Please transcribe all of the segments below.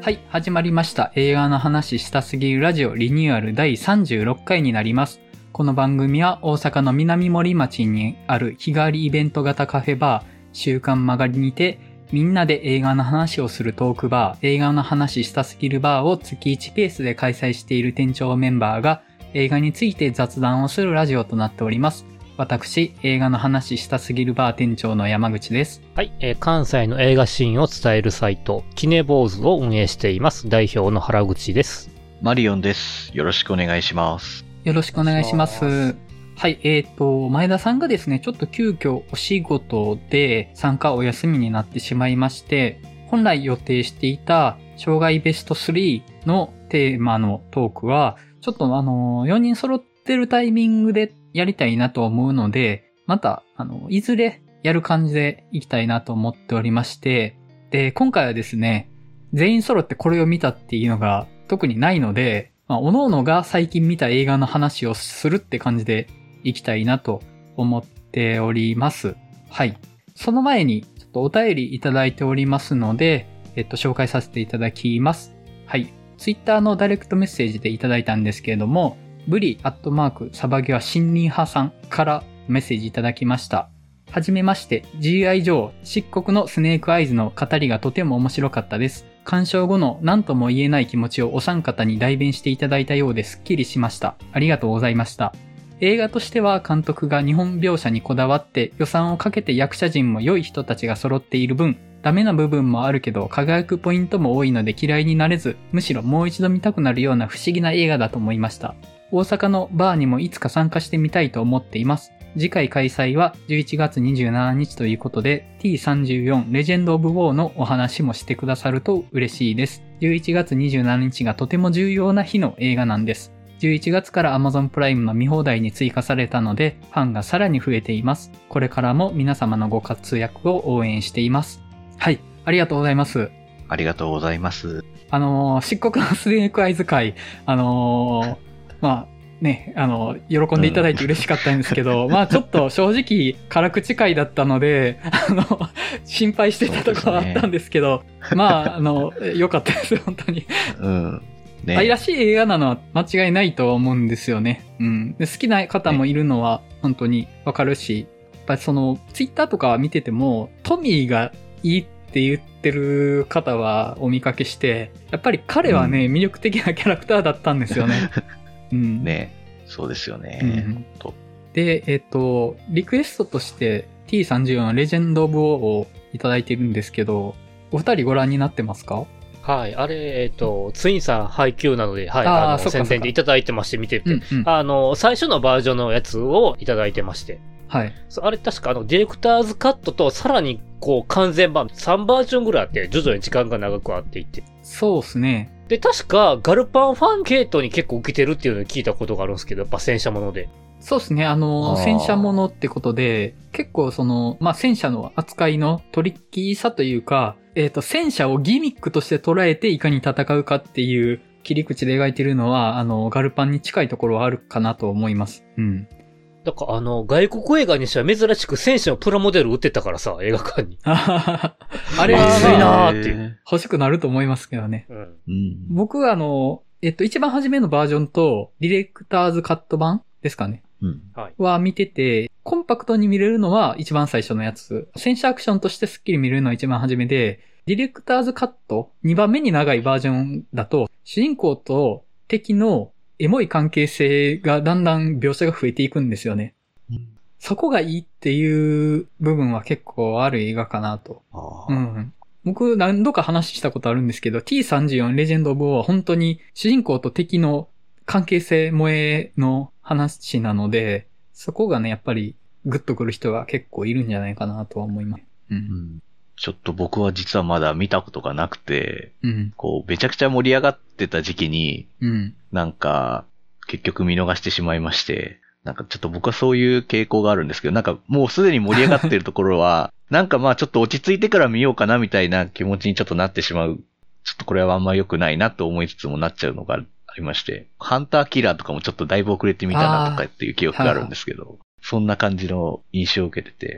はい、始まりました。映画の話したすぎるラジオリニューアル第36回になります。この番組は大阪の南森町にある日替わりイベント型カフェバー、週刊曲がりにて、みんなで映画の話をするトークバー、映画の話したすぎるバーを月1ペースで開催している店長メンバーが映画について雑談をするラジオとなっております。私、映画の話したすぎるバー店長の山口です。 はい、関西の映画シーンを伝えるサイト、キネボーズを運営しています。代表の原口です。 マリオンです。よろしくお願いします。 よろしくお願いします。はい、前田さんがですね、ちょっと急遽お仕事で参加お休みになってしまいまして、本来予定していた障害ベスト3のテーマのトークは、ちょっと4人揃ってるタイミングでやりたいなと思うので、また、いずれやる感じでいきたいなと思っておりまして、で、今回はですね、全員揃ってこれを見たっていうのが特にないので、各々が最近見た映画の話をするって感じでいきたいなと思っております。はい。その前に、ちょっとお便りいただいておりますので、紹介させていただきます。はい。ツイッターのダイレクトメッセージでいただいたんですけれども、ブリ@サバギワ森林派さんからメッセージいただきました。はじめまして、G.I. ジョー漆黒のスネークアイズの語りがとても面白かったです。鑑賞後の何とも言えない気持ちをお三方に代弁していただいたようですっきりしました。ありがとうございました。映画としては監督が日本描写にこだわって予算をかけて役者陣も良い人たちが揃っている分、ダメな部分もあるけど輝くポイントも多いので嫌いになれず、むしろもう一度見たくなるような不思議な映画だと思いました。大阪のバーにもいつか参加してみたいと思っています。次回開催は11月27日ということで T34 レジェンド・オブ・ウォーのお話もしてくださると嬉しいです。11月27日がとても重要な日の映画なんです。11月から Amazon プライムの見放題に追加されたのでファンがさらに増えています。これからも皆様のご活躍を応援しています。はい、ありがとうございます。 ありがとうございます。 漆黒のスネークアイズ会、まあね、喜んでいただいて嬉しかったんですけど、まあちょっと正直辛口会だったので、心配してたところはあったんですけど、まあ良かったです、本当に。 うん。ね、 愛らしい映画なのは間違いないと思うんですよね。うん。で好きな方もいるのは本当にわかるし、やっぱりツイッターとか見てても、トミーがいいって言ってる方はお見かけして、やっぱり彼はね、魅力的なキャラクターだったんですよね。うん、 ね、そうですよね。 で、リクエストとして T34 のレジェンド・オブ・ウォーをいただいてるんですけど、お二人ご覧になってますか？ はい。あれ、ツインさん配給なので、はい。宣伝でいただいてまして見てて、最初のバージョンのやつをいただいてまして。 はい。 あれ確かディレクターズカットとさらに完全版、3バージョンぐらいあって、徐々に時間が長くあっていって。 そうですね。 で、確かガルパンファン系統に結構受けてるっていうのを聞いたことがあるんですけど、やっぱ戦車もので。 そうですね。戦車ものってことで、結構戦車の扱いのトリッキーさというか、戦車をギミックとして捉えていかに戦うかっていう切り口で描いてるのは、ガルパンに近いところはあるかなと思います。うん。 だから外国映画にしては珍しく戦車のプラモデル売ってたからさ、映画館に。 あれは、 熱いなーっていう。 欲しくなると思いますけどね。 うん。 僕は一番初めのバージョンと、ディレクターズカット版ですかね。 うん。 は見てて、コンパクトに見れるのは一番最初のやつ。戦車アクションとしてスッキリ見れるのは一番初めで、ディレクターズカット、2番目に長いバージョンだと、主人公と敵のエモい関係性がだんだん描写が増えていくんですよね。そこがいいっていう部分は結構ある映画かなと。うん。僕何度か話したことあるんですけど、T34 レジェンド・オブ・ウォーは本当に主人公と敵の関係性萌えの話なので、そこがね、やっぱりグッとくる人が結構いるんじゃないかなとは思います。うん。 ちょっと僕は実はまだ見たことがなくて、 うん、 めちゃくちゃ盛り上がってた時期に、 うん、 なんか、結局見逃してしまいまして、なんかちょっと僕はそういう傾向があるんですけど、なんかもうすでに盛り上がってるところは、なんかまあちょっと落ち着いてから見ようかなみたいな気持ちにちょっとなってしまう。ちょっとこれはあんま良くないなと思いつつもなっちゃうのがありまして、ハンターキラーとかもちょっとだいぶ遅れてみたなとかっていう記憶があるんですけど、そんな感じの印象を受けてて、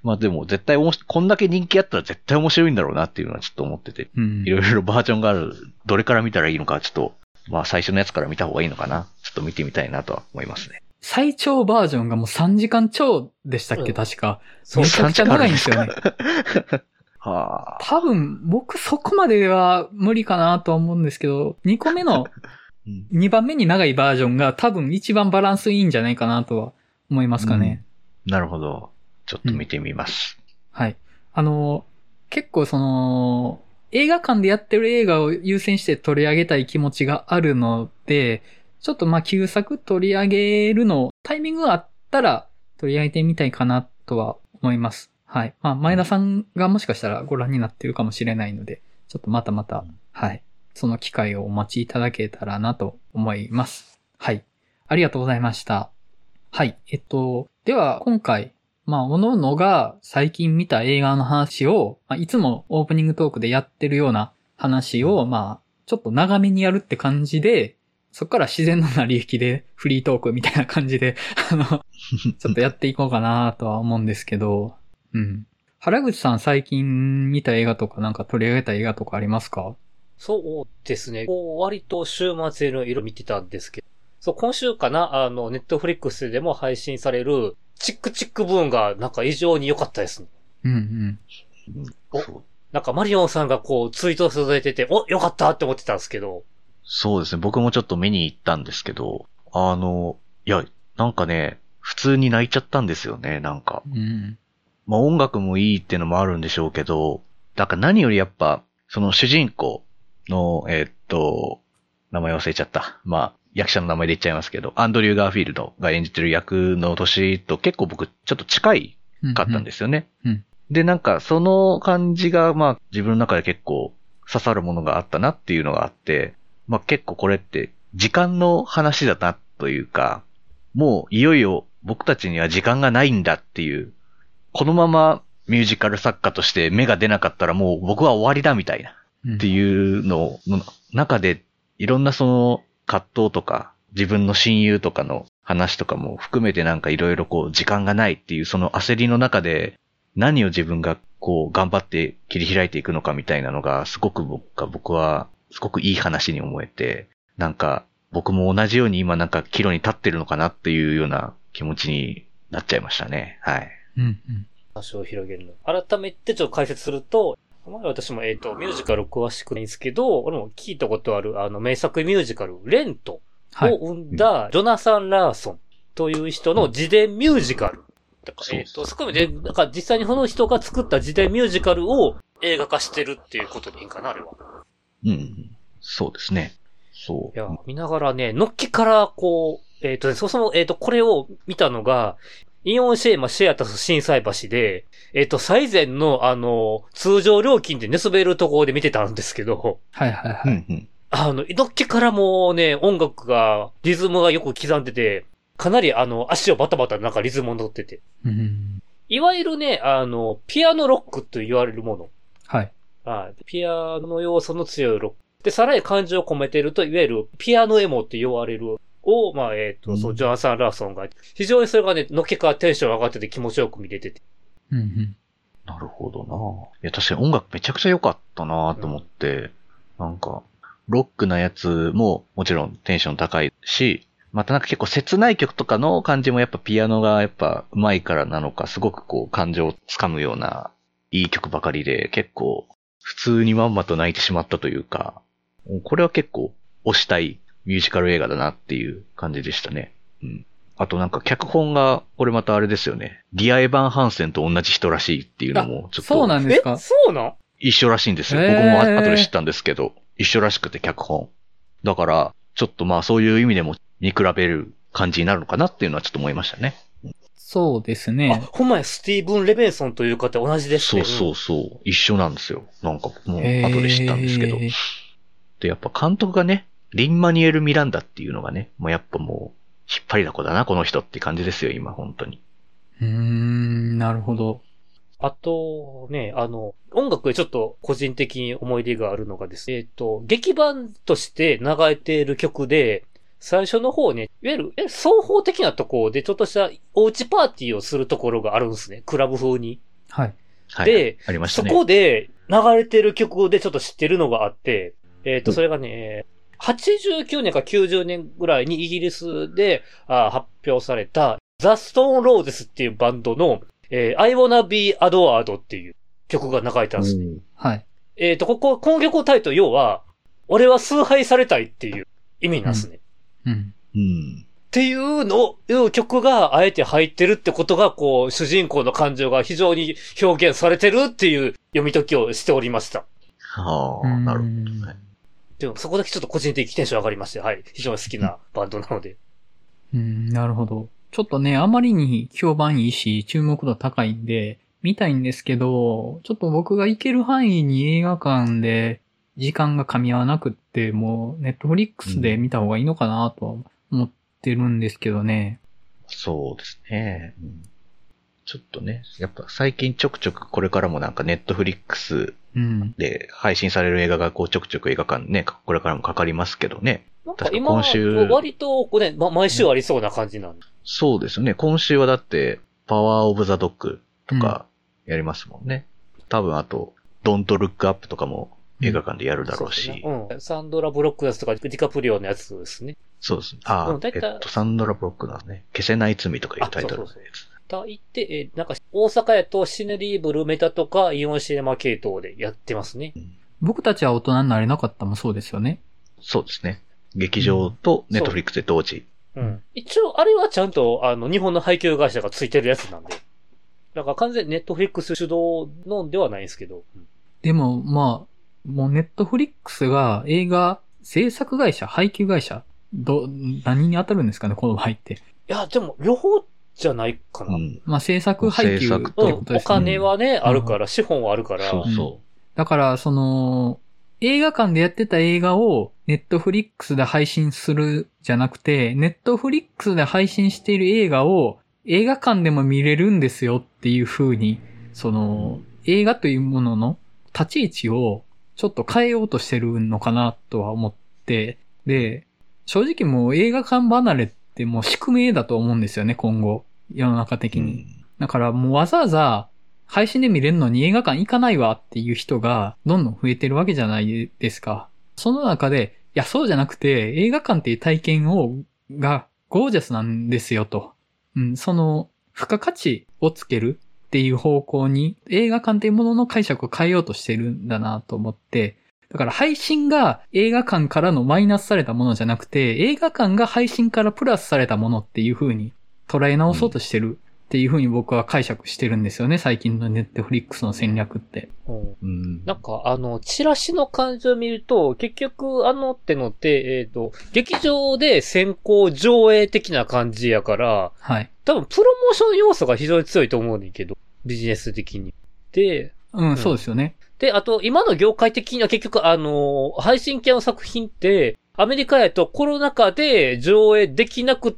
まあでも絶対こんだけ人気あったら絶対面白いんだろうなっていうのはちょっと思ってて、いろいろバージョンがある、どれから見たらいいのかちょっと、まあ最初のやつから見た方がいいのかな。ちょっと見てみたいなとは思いますね。 最長バージョンがもう3時間超でしたっけ、確か。めちゃくちゃ長いんですよね。 はあ。 多分、僕そこまでは無理かなとは思うんですけど、2個目の2番目に長いバージョンが多分一番バランスいいんじゃないかなとは思いますかね。 なるほど。ちょっと見てみます。 はい。結構映画館でやってる映画を優先して取り上げたい気持ちがあるので、ちょっと旧作取り上げるの、タイミングがあったら取り上げてみたいかなとは思います。はい。前田さんがもしかしたらご覧になってるかもしれないので、ちょっとまた、はい。その機会をお待ちいただけたらなと思います。はい。ありがとうございました。はい。では、今回、おのおのが最近見た映画の話を、いつもオープニングトークでやってるような話を、ちょっと長めにやるって感じで、そこから自然の成り行きでフリートークみたいな感じで、ちょっとやっていこうかなとは思うんですけど、うん。原口さん最近見た映画とかなんか取り上げた映画とかありますか？ そうですね。割と週末の色見てたんですけど、そう、今週かな、ネットフリックスでも配信される、チックチックブーンがなんか異常に良かったですね。なんかマリオンさんがツイートされてて、良かったって思ってたんですけど。 そうですね。僕もちょっと見に行ったんですけど、いや、なんかね、普通に泣いちゃったんですよね、なんか。音楽もいいってのもあるんでしょうけど、なんか何よりやっぱ、その主人公の、名前忘れちゃった。役者の名前で言っちゃいますけど、アンドリュー・ガーフィールドが演じてる役の年と結構僕ちょっと近いかったんですよね。で、なんかその感じが自分の中で結構刺さるものがあったなっていうのがあって、結構これって時間の話だなというか、もういよいよ僕たちには時間がないんだっていう、このままミュージカル作家として芽が出なかったらもう僕は終わりだみたいなっていうのの中でいろんなその葛藤とか自分の親友とかの話とかも含めてなんかいろいろ時間がないっていうその焦りの中で何を自分が頑張って切り開いていくのかみたいなのがすごく僕はすごくいい話に思えて、なんか僕も同じように今なんか岐路に立ってるのかなっていうような気持ちになっちゃいましたね。はい。 話を広げるの。改めてちょっと解説すると、私もミュージカル詳しくないんですけど、俺も聞いたことある名作ミュージカル、レントを生んだジョナサン・ラーソンという人の自伝ミュージカル。だからそこで、なんか実際にその人が作った自伝ミュージカルを映画化してるっていうことでいいんかな、あれは。 そうですね。そう。 いや、見ながらね、のっけからそもそも、これを見たのが、イオンシェアタス心斎橋で、最前の通常料金で寝そべるところで見てたんですけど、のっけからもうね、音楽が、リズムがよく刻んでて、かなり足をバタバタなんかリズムに乗ってて。いわゆるね、ピアノロックと言われるもの。ピアノの要素の強いロック。で、さらに感情を込めてると、いわゆるピアノエモって言われるを、そう、ジョナサン・ラーソンが、非常にそれがね、のっけからテンション上がってて気持ちよく見れてて。 なるほどな。いや、確かに音楽めちゃくちゃ良かったなと思って、なんか、ロックなやつももちろんテンション高いし、またなんか結構切ない曲とかの感じもやっぱピアノがやっぱ上手いからなのか、すごく感情をつかむようないい曲ばかりで、結構普通にまんまと泣いてしまったというか、これは結構推したいミュージカル映画だなっていう感じでしたね。あとなんか脚本が、これまたあれですよね。リア・エヴァン・ハンセンと同じ人らしいっていうのもちょっと。 そうなんですか？ そうなん？ 一緒らしいんですよ。僕も後で知ったんですけど、一緒らしくて脚本。だから、ちょっとそういう意味でも見比べる感じになるのかなっていうのはちょっと思いましたね。 そうですね。 ほんまや、スティーブン・レベンソンという方同じですね。 そう。一緒なんですよ。なんかもう後で知ったんですけど。で、やっぱ監督がね、リン・マニュエル・ミランダっていうのがね、もうやっぱもう、引っ張りだこだな、この人って感じですよ、今、本当に。 なるほど。 あと、ね、音楽でちょっと個人的に思い出があるのがですね、劇版として流れている曲で、最初の方ね、いわゆる、双方的なところでちょっとしたおうちパーティーをするところがあるんですね、クラブ風に。 はい。 はい。 で、 ありましたね。 そこで流れてる曲でちょっと知ってるのがあって、それがね、89年か90年ぐらいにイギリスで発表された、ザ・ストーン・ローゼスっていうバンドの、I Wanna Be Adored っていう曲が流れたんですね。 はい。 この曲のタイトル、要は、俺は崇拝されたいっていう意味なんですね。 うん。 っていう曲があえて入ってるってことが、こう、主人公の感情が非常に表現されてるっていう読み解きをしておりました。 はあ、なるほど、ね。 でもそこだけちょっと個人的にテンション上がりまして、はい。非常に好きなバンドなので。 なるほど。ちょっとね、あまりに評判いいし、注目度高いんで、見たいんですけど、ちょっと僕が行ける範囲に映画館で時間が噛み合わなくって、もうネットフリックスで見た方がいいのかなとは思ってるんですけどね。 そうですね。ちょっとね、やっぱ最近ちょくちょくこれからもなんかネットフリックスで配信される映画がこうちょくちょく映画館ね、これからもかかりますけどね。 なんか今、割とね、毎週ありそうな感じなんで。 そうですね。今週はだって、パワーオブザドッグとかやりますもんね。多分あと、ドントルックアップとかも映画館でやるだろうし。 サンドラ・ブロックのやつとか、ディカプリオのやつですね。 そうですね。サンドラ・ブロックのね、消せない罪とかいうタイトルのやつ。 言って、なんか、大阪やとシネリーブルメタとかイオンシネマ系統でやってますね。 僕たちは大人になれなかったもそうですよね。 そうですね。劇場とネットフリックスで同時。 一応、あれはちゃんと、日本の配給会社がついてるやつなんで。だから完全にネットフリックス主導のではないんですけど。 でも、まあ、もうネットフリックスが映画制作会社、配給会社、何に当たるんですかね、この場合って。 いや、でも、両方じゃないかな。 まあ、制作配給ってことですね。 お金はね、あるから、資本はあるから。 そう。 だから、映画館でやってた映画をネットフリックスで配信するじゃなくて、ネットフリックスで配信している映画を映画館でも見れるんですよっていう風に、映画というものの立ち位置をちょっと変えようとしてるのかなとは思って、で、正直もう映画館離れってもう宿命だと思うんですよね、今後。世の中的に。だからもうわざわざ配信で見れるのに映画館行かないわっていう人がどんどん増えてるわけじゃないですか。その中で、いや、そうじゃなくて映画館っていう体験がゴージャスなんですよと。その付加価値をつけるっていう方向に映画館っていうものの解釈を変えようとしてるんだなと思って、だから配信が映画館からのマイナスされたものじゃなくて、映画館が配信からプラスされたものっていう風に捉え直そうとしてるっていう風に僕は解釈してるんですよね、最近のネットフリックスの戦略って。 なんかチラシの感じを見ると、結局ってのって、劇場で先行上映的な感じやから、 はい。 多分プロモーション要素が非常に強いと思うねんけど、ビジネス的に。で、 そうですよね。 で、あと、今の業界的には結局、配信系の作品って、アメリカやとコロナ禍で上映できなくって、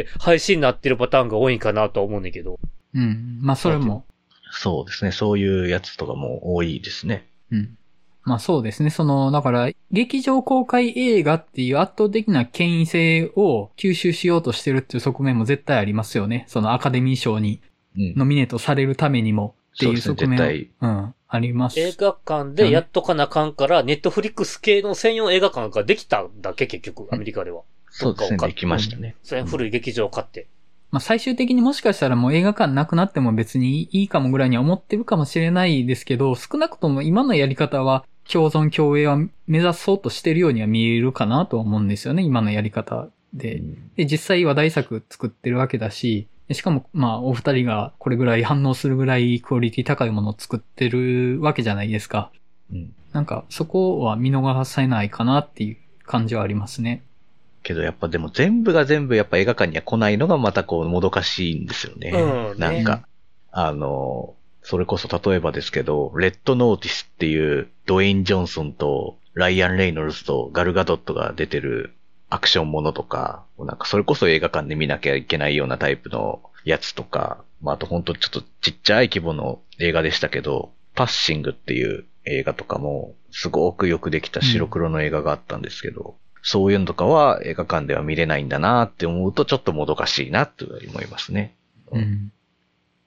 配信になってるパターンが多いんかなとは思うねんけど。 まあ、それも。 そうですね。そういうやつとかも多いですね。 まあそうですね。だから、劇場公開映画っていう圧倒的な権威性を吸収しようとしてるっていう側面も絶対ありますよね。そのアカデミー賞にノミネートされるためにもっていう側面は、あります。 映画館でやっとかなあかんから、ネットフリックス系の専用映画館ができたんだけ、結局、アメリカでは。 そうですね、できましたね。 それ古い劇場を買って。 まあ最終的にもしかしたらもう映画館なくなっても別にいいかもぐらいには思ってるかもしれないですけど、少なくとも今のやり方は共存共栄は目指そうとしてるようには見えるかなと思うんですよね、今のやり方で。で、実際話題作作ってるわけだし、しかもまあお二人がこれぐらい反応するぐらいクオリティ高いものを作ってるわけじゃないですか。なんかそこは見逃せないかなっていう感じはありますね。 けどやっぱでも全部が全部やっぱ映画館には来ないのがまたこうもどかしいんですよね。なんか、それこそ例えばですけど、レッドノーティスっていうドウェイン・ジョンソンとライアン・レイノルズとガルガドットが出てるアクションものとか、なんかそれこそ映画館で見なきゃいけないようなタイプのやつとか、まあ、あとほんとちょっとちっちゃい規模の映画でしたけど、パッシングっていう映画とかもすごくよくできた白黒の映画があったんですけど、そういうのとかは映画館では見れないんだなって思うとちょっともどかしいなって思いますね。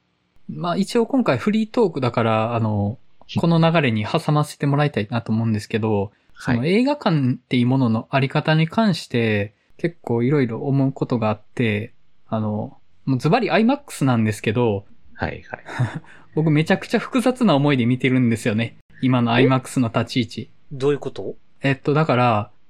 まあ一応今回フリートークだから、この流れに挟ませてもらいたいなと思うんですけど、その映画館っていうもののあり方に関して結構いろいろ思うことがあって、もうズバリ IMAX なんですけど、 はいはい。 僕めちゃくちゃ複雑な思いで見てるんですよね。今の IMAX の立ち位置。 どういうこと？ だから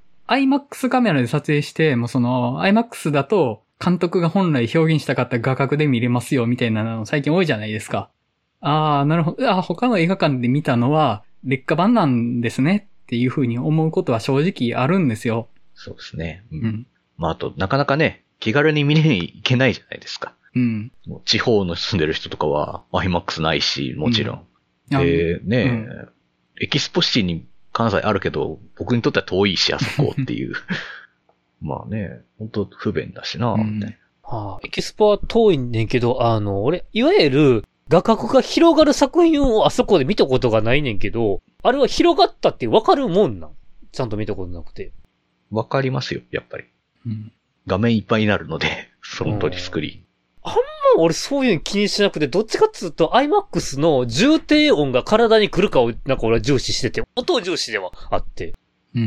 、IMAX カメラで撮影して、もうその IMAX だと監督が本来表現したかった画角で見れますよみたいなの最近多いじゃないですか。ああ、なるほど。他の映画館で見たのは劣化版なんですねっていう風に思うことは正直あるんですよ。 そうですね。うん。まああと、なかなかね、気軽に見に行けないじゃないですか。 うん。 地方の住んでる人とかは IMAX ないし、もちろん。で、ね、エキスポシティに関西あるけど、僕にとっては遠いし、あそこっていう。まあね、本当不便だしな、みたいな。 エキスポは遠いねんけど、俺、いわゆる画角が広がる作品をあそこで見たことがないねんけど、あれは広がったってわかるもんなん？ちゃんと見たことなくて。 わかりますよ、やっぱり。 うん、 画面いっぱいになるので、その通りスクリーン。 あんま俺そういうの気にしなくて、どっちかっつうと IMAX の重低音が体に来るかをなんか俺は重視してて、音重視ではあって。 うん。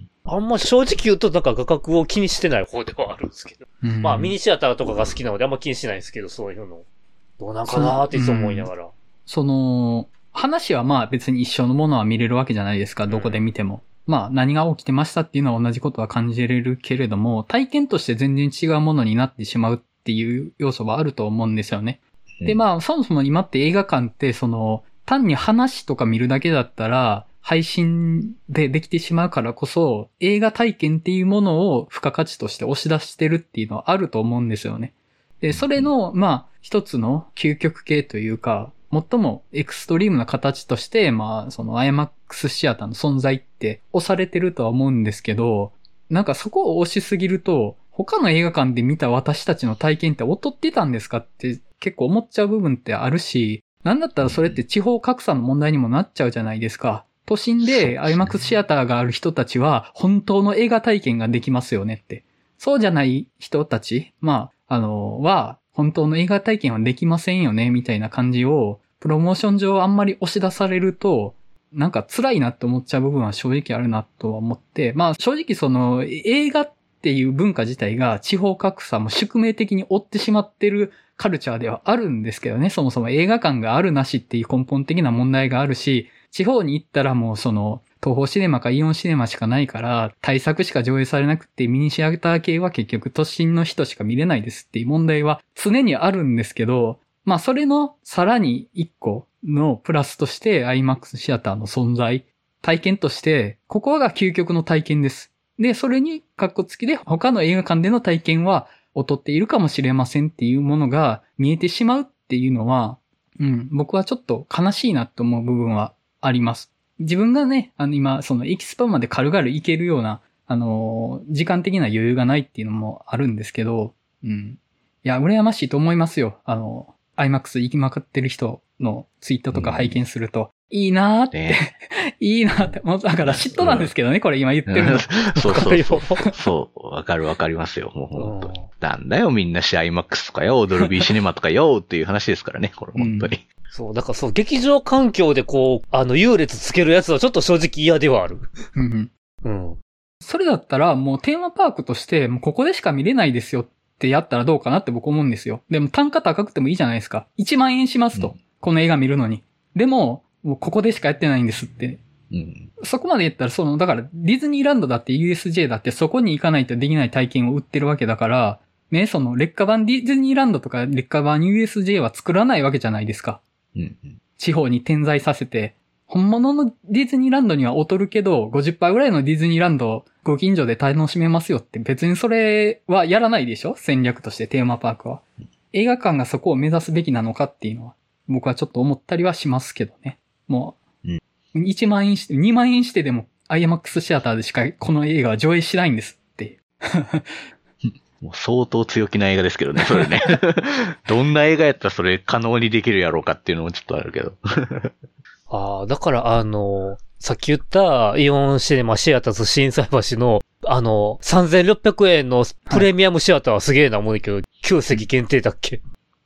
あんま正直言うとなんか画角を気にしてない方ではあるんですけど。まあミニシアターとかが好きなのであんま気にしないんですけど、そういうの。どうなんかなーっていつも思いながら。 話はまあ別に一緒のものは見れるわけじゃないですか、どこで見ても。まあ何が起きてましたっていうのは同じことは感じれるけれども、体験として全然違うものになってしまうっていう要素はあると思うんですよね。でまあそもそも今って映画館って単に話とか見るだけだったら配信でできてしまうからこそ、映画体験っていうものを付加価値として押し出してるっていうのはあると思うんですよね。で、それの、まあ、一つの究極系というか、最もエクストリームな形として、まあ、その IMAX シアターの存在って押されてるとは思うんですけど、なんかそこを押しすぎると、他の映画館で見た私たちの体験って劣ってたんですかって結構思っちゃう部分ってあるし、なんだったらそれって地方格差の問題にもなっちゃうじゃないですか。都心で IMAX シアターがある人たちは本当の映画体験ができますよねって。そうじゃない人たち、まあ、は本当の映画体験はできませんよねみたいな感じをプロモーション上あんまり押し出されるとなんか辛いなって思っちゃう部分は正直あるなとは思って、まあ正直映画っていう文化自体が地方格差も宿命的に追ってしまってるカルチャーではあるんですけどね、そもそも映画館があるなしっていう根本的な問題があるし、地方に行ったらもう東宝シネマかイオンシネマしかないから、大作しか上映されなくてミニシアター系は結局都心の人しか見れないですっていう問題は常にあるんですけど、まあそれのさらに一個のプラスとして IMAX シアターの存在、体験として、ここが究極の体験です。で、それにカッコつきで他の映画館での体験は劣っているかもしれませんっていうものが見えてしまうっていうのは、僕はちょっと悲しいなと思う部分はあります。自分がね、今、エキスポまで軽々行けるような、時間的な余裕がないっていうのもあるんですけど、いや、羨ましいと思いますよ。IMAX 行きまくってる人のツイートとか拝見すると、いいなーって、ね、いいなーって、もうだから嫉妬なんですけどね、これ今言ってるの。 そう、わかりますよ、もう本当に。なんだよ、みんなIMAX とかよ、ドルビーシネマとかよっていう話ですからね、これ本当に。 そう、だから劇場環境で優劣つけるやつはちょっと正直嫌ではある。 それだったら、もうテーマパークとして、もうここでしか見れないですよってやったらどうかなって僕思うんですよ。でも単価高くてもいいじゃないですか。1万円しますと。この映画見るのに。でもうここでしかやってないんですって。そこまで言ったら、だからディズニーランドだって USJ だってそこに行かないとできない体験を売ってるわけだから、ね、劣化版ディズニーランドとか劣化版 USJ は作らないわけじゃないですか。地方に点在させて、本物のディズニーランドには劣るけど、50% ぐらいのディズニーランドをご近所で楽しめますよって別にそれはやらないでしょ？戦略としてテーマパークは。映画館がそこを目指すべきなのかっていうのは、僕はちょっと思ったりはしますけどね。もう、1万円して、2万円してでも IMAX シアターでしかこの映画は上映しないんですっていう。 もう相当強気な映画ですけどね、それね。どんな映画やったらそれ可能にできるやろうかっていうのもちょっとあるけど。 だからさっき言ったイオンシネマシアターズ心斎橋の3600円のプレミアムシアターはすげえな思うけど、9席限定だっけ？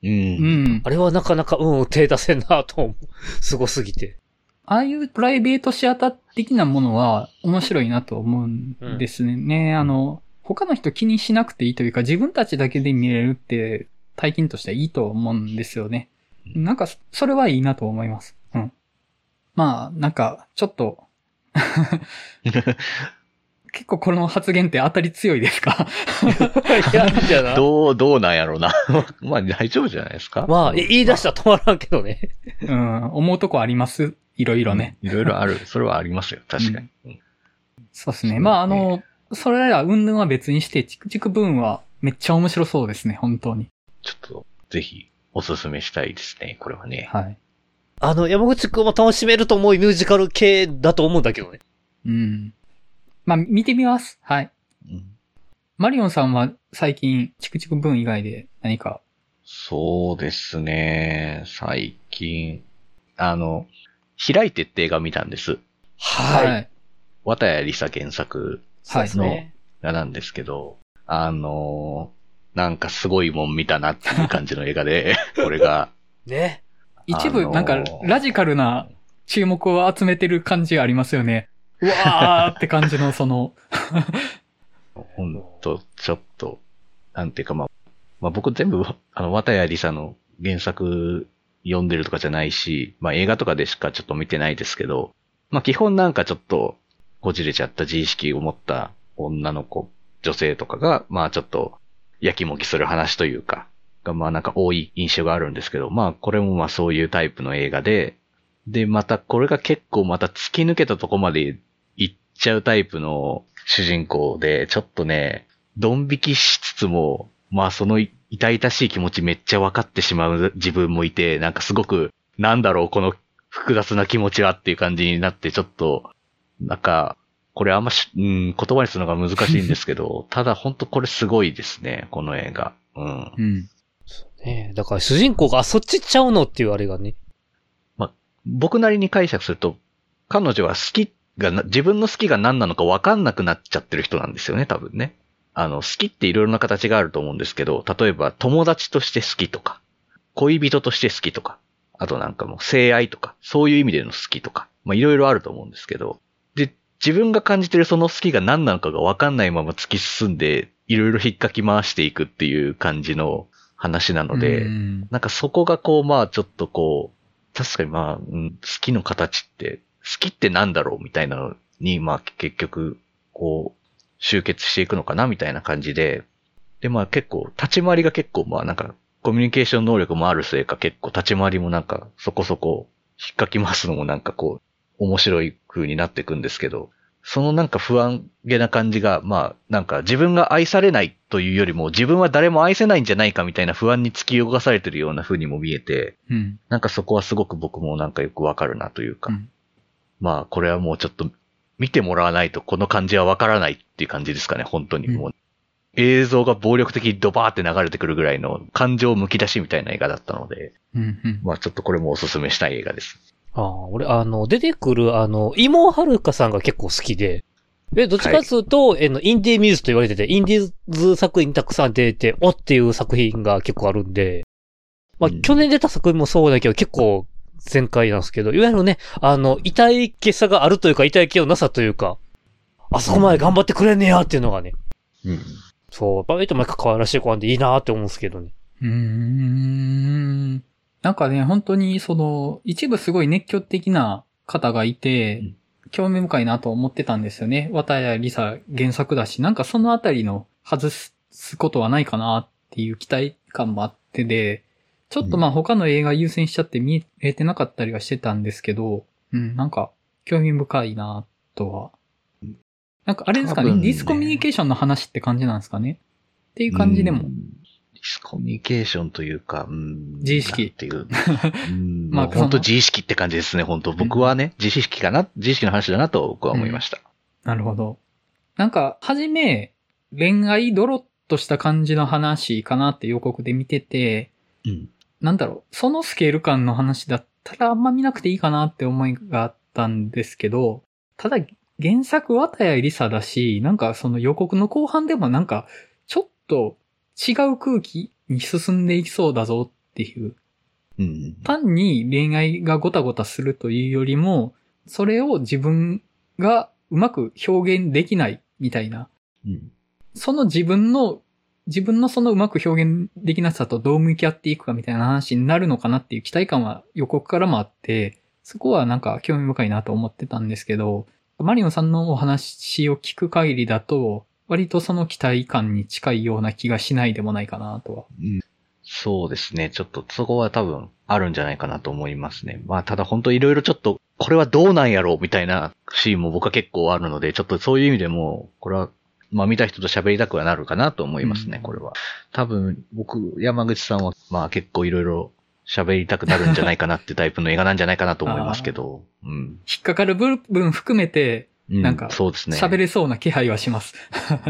う。 うんん。 あれはなかなか、手出せんなと思う。すごすぎて。 ああいうプライベートシアター的なものは面白いなと思うんですね。他の人気にしなくていいというか、自分たちだけで見れるって体験としてはいいと思うんですよね。なんか、それはいいなと思います。うん。まあ、なんか、ちょっと、結構この発言って当たり強いですか？ いや、じゃな。 どうなんやろうな。まあ大丈夫じゃないですか。 まあ、言い出したら止まらんけどね。 うん、思うとこありますいろいろね。 いろいろある。それはありますよ。確かに。 そうですね。 そうまあそれら云々は別にして、チクチクブーンはめっちゃ面白そうですね、本当に。 ちょっと、ぜひ、おすすめしたいですね。これはね。 はい。 山口くんも楽しめると思うミュージカル系だと思うんだけどね。 うん。まあ、見てみます。はい。マリオンさんは最近、チクチクブーン以外で何か？ そうですね。最近、開いてって映画見たんです。 はい。 綿谷りさ原作はい。 の映画なんですけど、なんかすごいもん見たなっていう感じの映画で、これが。 ね。 一部、なんか、ラジカルな注目を集めてる感じありますよね。うわーって感じの、ほんと、ちょっと、なんていうかまあ僕全部、綿谷りさの原作読んでるとかじゃないし、まあ映画とかでしかちょっと見てないですけど、まあ基本なんかちょっと、こじれちゃった自意識を持った女の子、女性とかが、まあちょっと、やきもきする話というか、がまあなんか多い印象があるんですけど、まあこれもまあそういうタイプの映画で、でまたこれが結構また突き抜けたとこまで行っちゃうタイプの主人公で、ちょっとね、ドン引きしつつも、まあその痛々しい気持ちめっちゃ分かってしまう自分もいて、なんかすごく、なんだろうこの複雑な気持ちはっていう感じになって、ちょっと、なんか、これあんま言葉にするのが難しいんですけど、ただ本当これすごいですね、この映画。 うん。 ね、だから主人公がそっちちゃうのっていうあれがね。 まあ、僕なりに解釈すると、彼女は自分の好きが何なのか分かんなくなっちゃってる人なんですよね、多分ね。好きっていろいろな形があると思うんですけど、例えば友達として好きとか、恋人として好きとか、あとなんかもう性愛とか、そういう意味での好きとか、まあいろいろあると思うんですけど、で、自分が感じてるその好きが何なのかが分かんないまま突き進んで、いろいろ引っかき回していくっていう感じの話なので、なんかそこがこうまあちょっとこう、確かにまあ、好きの形って、好きってなんだろうみたいなのに、まあ結局、こう、集結していくのかなみたいな感じで、でまあ結構、立ち回りが結構まあなんか、コミュニケーション能力もあるせいか結構立ち回りもなんかそこそこ引っかき回すのもなんかこう、面白い風になっていくんですけど、そのなんか不安げな感じが、まあなんか自分が愛されないというよりも自分は誰も愛せないんじゃないかみたいな不安に突き動かされてるような風にも見えて、なんかそこはすごく僕もなんかよくわかるなというか、まあこれはもうちょっと見てもらわないとこの感じはわからないっていう感じですかね、本当に。もう映像が暴力的にドバーって流れてくるぐらいの感情むき出しみたいな映画だったので、まあちょっとこれもおすすめしたい映画です。 俺、出てくる、妹はるかさんが結構好きで、どっちかというと、インディーミューズと言われてて、インディーズ作品たくさん出てて、おっていう作品が結構あるんで、まあ、去年出た作品もそうだけど、結構全開なんですけど、いわゆるね、痛い気さがあるというか、痛い気のなさというか、あそこまで頑張ってくれんねやっていうのがね。そう、割と毎回可愛らしい子なんでいいなって思うんですけどね。 なんかね、本当に一部すごい熱狂的な方がいて、興味深いなと思ってたんですよね。綿谷りさ原作だし、なんかそのあたりの外すことはないかなっていう期待感もあってで、ちょっとまあ他の映画優先しちゃって見えてなかったりはしてたんですけど、なんか興味深いなとは。なんかあれですかね、ディスコミュニケーションの話って感じなんですかねっていう感じでも。 ディスコミュニケーションというか、 自意識っていう。まあ本当自意識って感じですね、本当僕はね、自意識の話だなと僕は思いました。 なるほど。なんか、はじめ、恋愛ドロッとした感じの話かなって予告で見てて、なんだろう、そのスケール感の話だったらあんま見なくていいかなって思いがあったんですけど、ただ原作綿谷りさだし、なんかその予告の後半でもなんか、ちょっと違う空気に進んでいきそうだぞっっていう。 うん。 単に恋愛がごたごたするというよりも、それを自分がうまく表現できないみたいな。 うん。 その自分のそのうまく表現できなさとどう向き合っていくかみたいな話になるのかなっていう期待感は予告からもあって、そこはなんか興味深いなと思ってたんですけど、マリオンさんのお話を聞く限りだと、割とその期待感に近いような気がしないでもないかなとは。 うん。そうですね。ちょっとそこは多分あるんじゃないかなと思いますね。まあただ本当いろいろちょっとこれはどうなんやろうみたいなシーンも僕は結構あるので、ちょっとそういう意味でも、これはまあ見た人と喋りたくはなるかなと思いますね、これは。多分僕、山口さんはまあ結構いろいろ喋りたくなるんじゃないかなってタイプの映画なんじゃないかなと思いますけど。うん。 引っかかる部分含めて、なんか、 そうですね。 喋れそうな気配はします。 うん。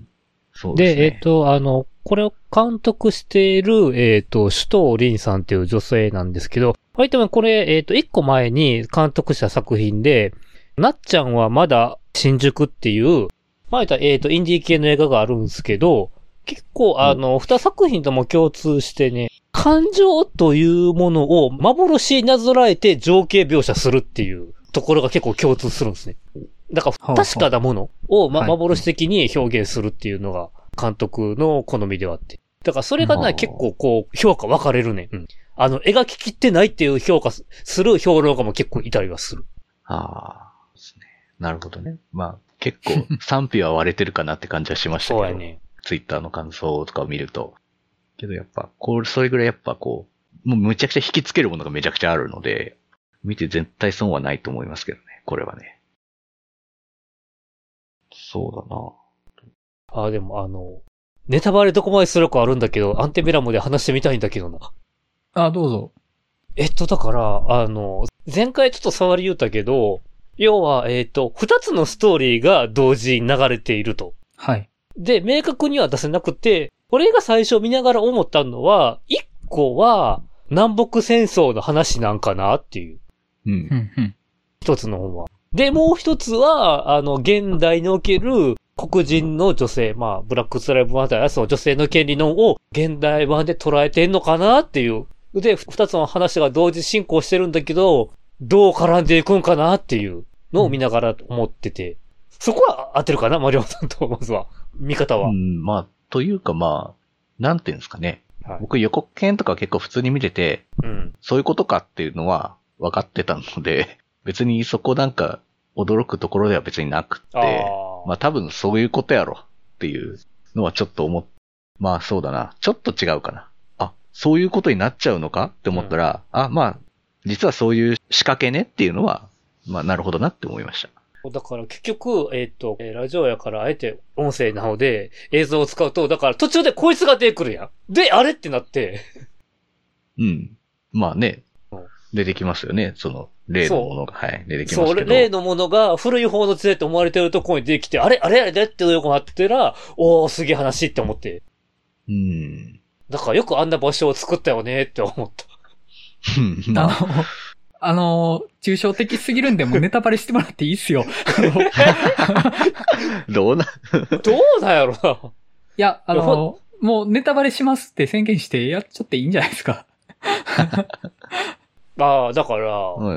そうですね。 で、これを監督している、首藤凛さんっていう女性なんですけど、割とこれ、一個前に監督した作品で、なっちゃんはまだ新宿っていう、まあ、インディー系の映画があるんですけど、結構二作品とも共通してね、感情というものを幻になぞらえて情景描写するっていうところが結構共通するんですね。だから確かなものを、幻的に表現するっていうのが監督の好みではあって。だからそれがね、結構こう、評価分かれるね。うん。描ききってないっていう評価する評論家も結構いたりはする。 ああ、ですね。なるほどね。まあ、結構賛否は割れてるかなって感じはしましたけど。 そうやね。 ツイッターの感想とかを見ると。けどやっぱ、それぐらいやっぱこう、もうむちゃくちゃ引きつけるものがめちゃくちゃあるので、見て絶対損はないと思いますけどね。これはね。そうだな。 でもネタバレどこまでするかあるんだけど、アンテベラムで話してみたいんだけどな。 どうぞ。 だから、前回ちょっと触り言ったけど、要は、二つのストーリーが同時に流れていると。 はい。 で、明確には出せなくて、俺が最初見ながら思ったのは、一個は、南北戦争の話なんかなっていう。 うん。 一つの方は。で、もう一つは、現代における黒人の女性、まあ、ブラックスライブマター、その女性の権利のを現代版で捉えてんのかなっていう。で、二つの話が同時進行してるんだけど、どう絡んでいくんかなっていうのを見ながら思ってて。そこは合ってるかなマリオさんとまずは。見方は。 まあ、というかまあ、なんていうんですかね。はい、僕予告編とか結構普通に見てて、そういうことかっていうのは分かってたので、別にそこなんか驚くところでは別になくって、まあ多分そういうことやろっていうのはちょっとまあそうだな。ちょっと違うかな。そういうことになっちゃうのかって思ったら、まあ、実はそういう仕掛けねっていうのは、まあなるほどなって思いました。 だから結局、ラジオやからあえて音声なので映像を使うと、だから途中でこいつが出てくるやん。で、あれってなって。 うん。まあね、出てきますよね。その、例のものが、はい、出てきますけど。 例のものが古い方の時代と思われてるところに出てきて、あれって横になってら、すげえ話って思って。だからよくあんな場所を作ったよねって思った。 抽象的すぎるんでもうネタバレしてもらっていいっすよ。 どうなんやろな。 いや、もうネタバレしますって宣言してやっちゃっていいんじゃないですか。 だから。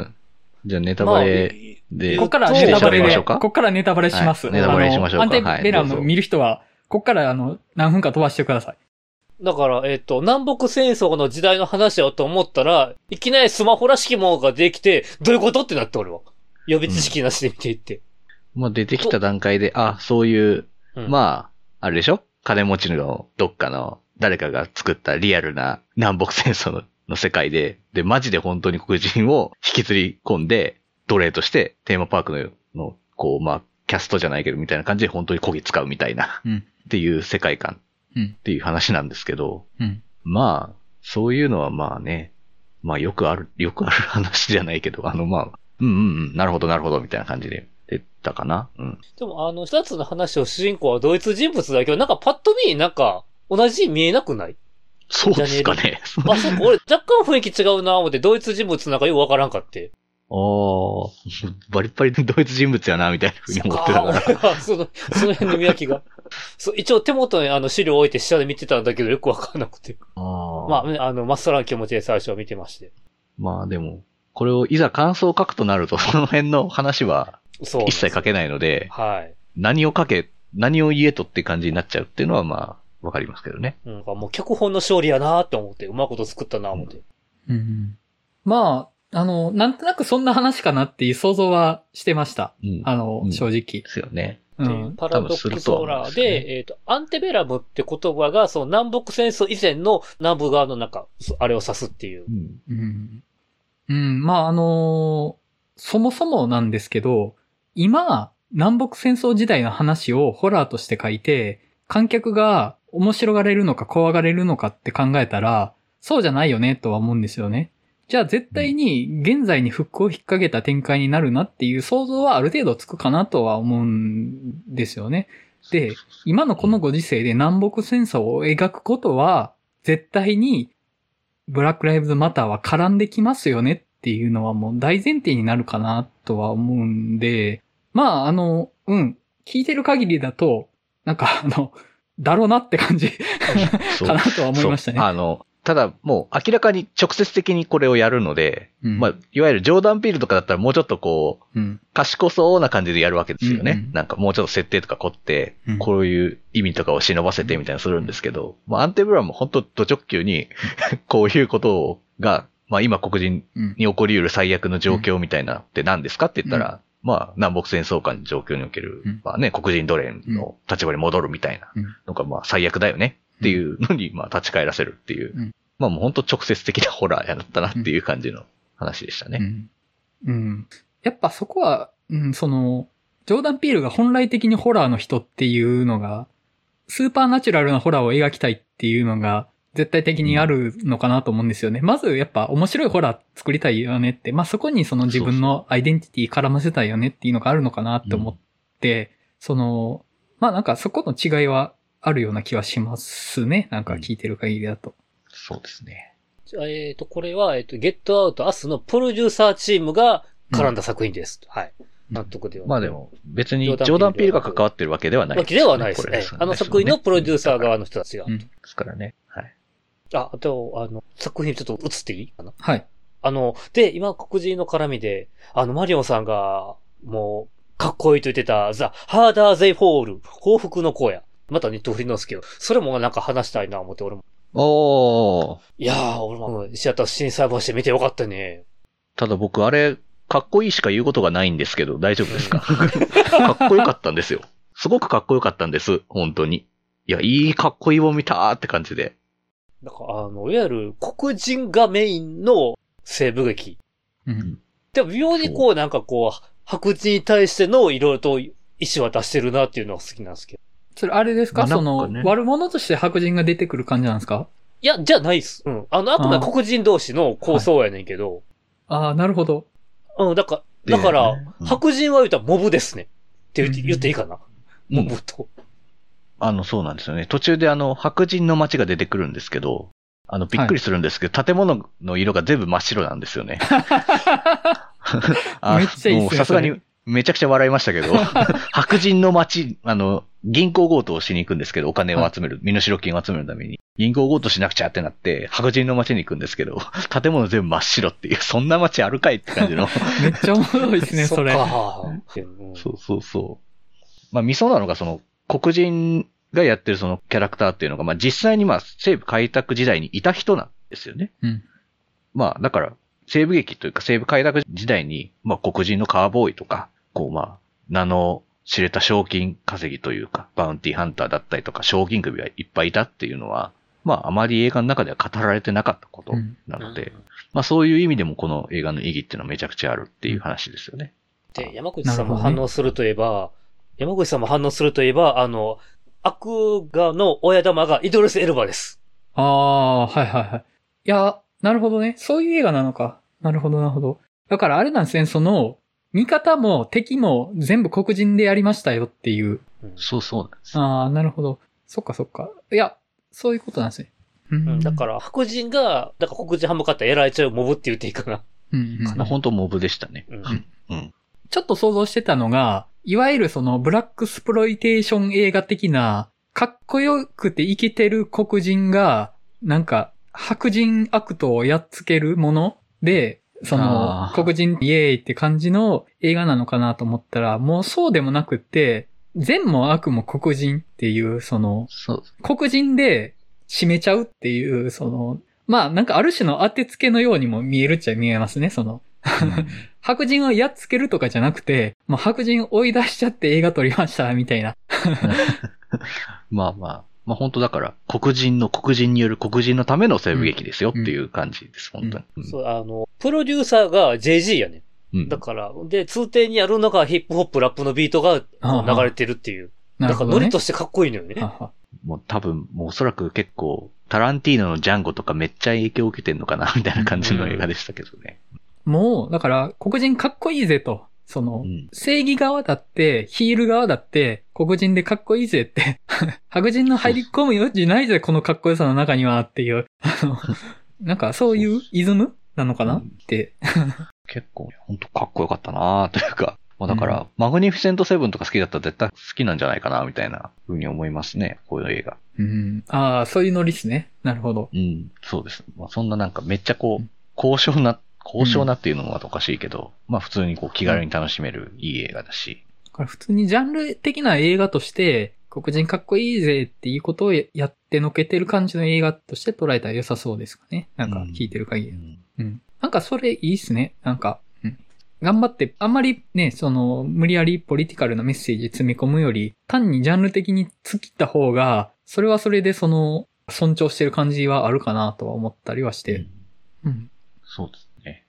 じゃあネタバレで。 こっからネタバレで、こっからネタバレします。 ネタバレしましょうか。 アンテベラム見る人は、こっから何分か飛ばしてください。 だから、南北戦争の時代の話をと思ったら、いきなりスマホらしきものができて、どういうことってなって俺は。予備知識なしで見ていって。 まあ出てきた段階で、そういう、まあ、あれでしょ？金持ちのどっかの誰かが作ったリアルな南北戦争の世界で、マジで本当に黒人を引きずり込んで、奴隷としてテーマパークの、こう、まあ、キャストじゃないけどみたいな感じで本当に漕ぎ使うみたいな、っていう世界観。っていう話なんですけど、まあ、そういうのはまあね、まあよくある話じゃないけど、まあ、なるほど、みたいな感じで出たかな。 でも二つの話を主人公は同一人物だけど、なんかパッと見、なんか、同じに見えなくない？ そうですかね。 そう、俺若干雰囲気違うなぁ思って、同一人物なんかよくわからんかって。 バリッバリ同一人物やな、みたいな風に思ってたから。 その辺の見分けが。一応手元に資料を置いて下で見てたんだけど、よくわからなくて。 まあ、真っさらな気持ちで最初は見てまして。 まあでも、これをいざ感想を書くとなると、その辺の話は一切書けないので、 はい。 何を言えとって感じになっちゃうっていうのはまあ、わかりますけどね。 もう脚本の勝利やなーって思って、うまいこと作ったなー思って。 まあ、なんとなくそんな話かなっていう想像はしてました。正直。 ですよね。 パラドックスホラーで、アンテベラムって言葉が、その南北戦争以前の南部側のあれを指すっていう。 まあそもそもなんですけど、今、南北戦争時代の話をホラーとして書いて、観客が面白がれるのか怖がれるのかって考えたら、そうじゃないよねとは思うんですよね。じゃあ絶対に現在にフックを引っ掛けた展開になるなっていう想像はある程度つくかなとは思うんですよね。で、今のこのご時世で南北戦争を描くことは絶対にブラックライブズマターは絡んできますよねっていうのはもう大前提になるかなとは思うんで、まあ聞いてる限りだと、なんかだろうなって感じかなとは思いましたね。 ただもう明らかに直接的にこれをやるので、まあ、いわゆるジョーダン・ピールとかだったらもうちょっとこう、賢そうな感じでやるわけですよね。なんかもうちょっと設定とか凝って、こういう意味とかを忍ばせてみたいなするんですけど、まあ、アンテブラも本当ド直球にこういうことが、まあ今黒人に起こり得る最悪の状況みたいなって何ですかって言ったら、まあ南北戦争下の状況における、まあね、黒人奴隷の立場に戻るみたいなのがまあ最悪だよねっていうのにまあ立ち返らせるっていう。まあもう本当直接的なホラーやったなっていう感じの話でしたね。 やっぱそこは、ジョーダン・ピールが本来的にホラーの人っていうのが、スーパーナチュラルなホラーを描きたいっていうのが絶対的にあるのかなと思うんですよね。まずやっぱ面白いホラー作りたいよねって、まあそこにその自分のアイデンティティ絡ませたいよねっていうのがあるのかなって思って、まあなんかそこの違いはあるような気はしますね。なんか聞いてる限りだと。 そうですね。 これは、ゲットアウトアスのプロデューサーチームが絡んだ作品です。はい。納得では。 まあでも、別にジョーダン・ピールが関わってるわけではないですね。わけではないですね。作品のプロデューサー側の人たちが。 ですからね。はい。 あと、作品ちょっと映っていいかな？ はい。 で、今黒人の絡みで、マリオンさんが、もう、かっこいいと言ってた、ザ・ハーダー・ゼイ・フォール、報復の荒野。またネットフリなんですけど、それもなんか話したいな思って俺も。 いやー、俺も石渡震災橋で見てよかったね。 ただ僕あれ、かっこいいしか言うことがないんですけど、大丈夫ですか？かっこよかったんですよ。すごくかっこよかったんです。本当に。いや、いいかっこいいを見たーって感じで。 なんかいわゆる黒人がメインの西部劇。でも妙にこうなんかこう、白人に対してのいろいろと意思は出してるなっていうのが好きなんですけど。 それあれですか、悪者として白人が出てくる感じなんですか？ いや、じゃないっす。あくまで黒人同士の構想やねんけど。 なるほど。 だから、白人は言うたらモブですね。って言っていいかな？モブと。 そうなんですよね。途中で白人の街が出てくるんですけど、びっくりするんですけど、建物の色が全部真っ白なんですよね。 めっちゃいいっすね。 さすがにめちゃくちゃ笑いましたけど、白人の街、銀行強盗をしに行くんですけど、お金を集める、身代金を集めるために、銀行強盗しなくちゃってなって、白人の街に行くんですけど、建物全部真っ白っていう、そんな街あるかいって感じの。 めっちゃおもろいですね、それ。 そう。まあ、ミソなのが黒人がやってるそのキャラクターっていうのが、まあ実際に西部開拓時代にいた人なんですよね。まあだから、西部劇というか西部開拓時代に、まあ黒人のカーボーイとか、名の知れた賞金稼ぎというか、バウンティーハンターだったりとか、賞金首がいっぱいいたっていうのは、まああまり映画の中では語られてなかったことなので、まあそういう意味でもこの映画の意義っていうのはめちゃくちゃあるっていう話ですよね。 で、山口さんも反応するといえば、悪がの親玉がイドリス・エルバです。 はい。いや、なるほどね。そういう映画なのか。なるほど。だからあれなんですね、味方も敵も全部黒人でやりましたよっていう。 そうなんです。 なるほど。そっか。いや、そういうことなんですね。 だから黒人が黒人ハムカッターやられちゃうモブって言っていいかな。 本当モブでしたね。 ちょっと想像してたのが、いわゆるブラックスプロイテーション映画的な、かっこよくてイケてる黒人が、なんか、 白人悪党をやっつけるもので、黒人イエーイって感じの映画なのかなと思ったら、もうそうでもなくって、善も悪も黒人っていう、黒人で締めちゃうっていう、まあなんかある種の当てつけのようにも見えるっちゃ見えますね、白人をやっつけるとかじゃなくて、もう白人追い出しちゃって映画撮りました、みたいな。 まあ本当だから、黒人による黒人のための西部劇ですよっていう感じです、本当に。 そう、プロデューサーが JG やね。だから、で、通底にあるのがヒップホップ、ラップのビートが流れてるっていう。だからノリとしてかっこいいのよね。 もう多分、もうおそらく結構、タランティーノのジャンゴとかめっちゃ影響を受けてんのかな、みたいな感じの映画でしたけどね。 もう、だから、黒人かっこいいぜと。正義側だって、ヒール側だって、黒人でかっこいいぜって、白人の入り込む余地ないぜ、このかっこよさの中にはっていう、なんかそういうイズムなのかなって。 結構、本当かっこよかったなというか、まあだから、マグニフィセントセブンとか好きだったら絶対好きなんじゃないかな、みたいな風に思いますね、こういう映画。 ああ、そういうノリっすね。なるほど。 そうです。まあそんななんかめっちゃ高尚なっていうのもおかしいけど、まあ普通に気軽に楽しめるいい映画だし。 これ普通にジャンル的な映画として、黒人かっこいいぜっていうことをやってのけてる感じの映画として捉えたら良さそうですかね。なんか聞いてる限り。なんかそれいいっすね。なんか、頑張って、あんまりね、無理やりポリティカルなメッセージ詰め込むより、単にジャンル的に突きった方が、それはそれで尊重してる感じはあるかなとは思ったりはして。 そうですね。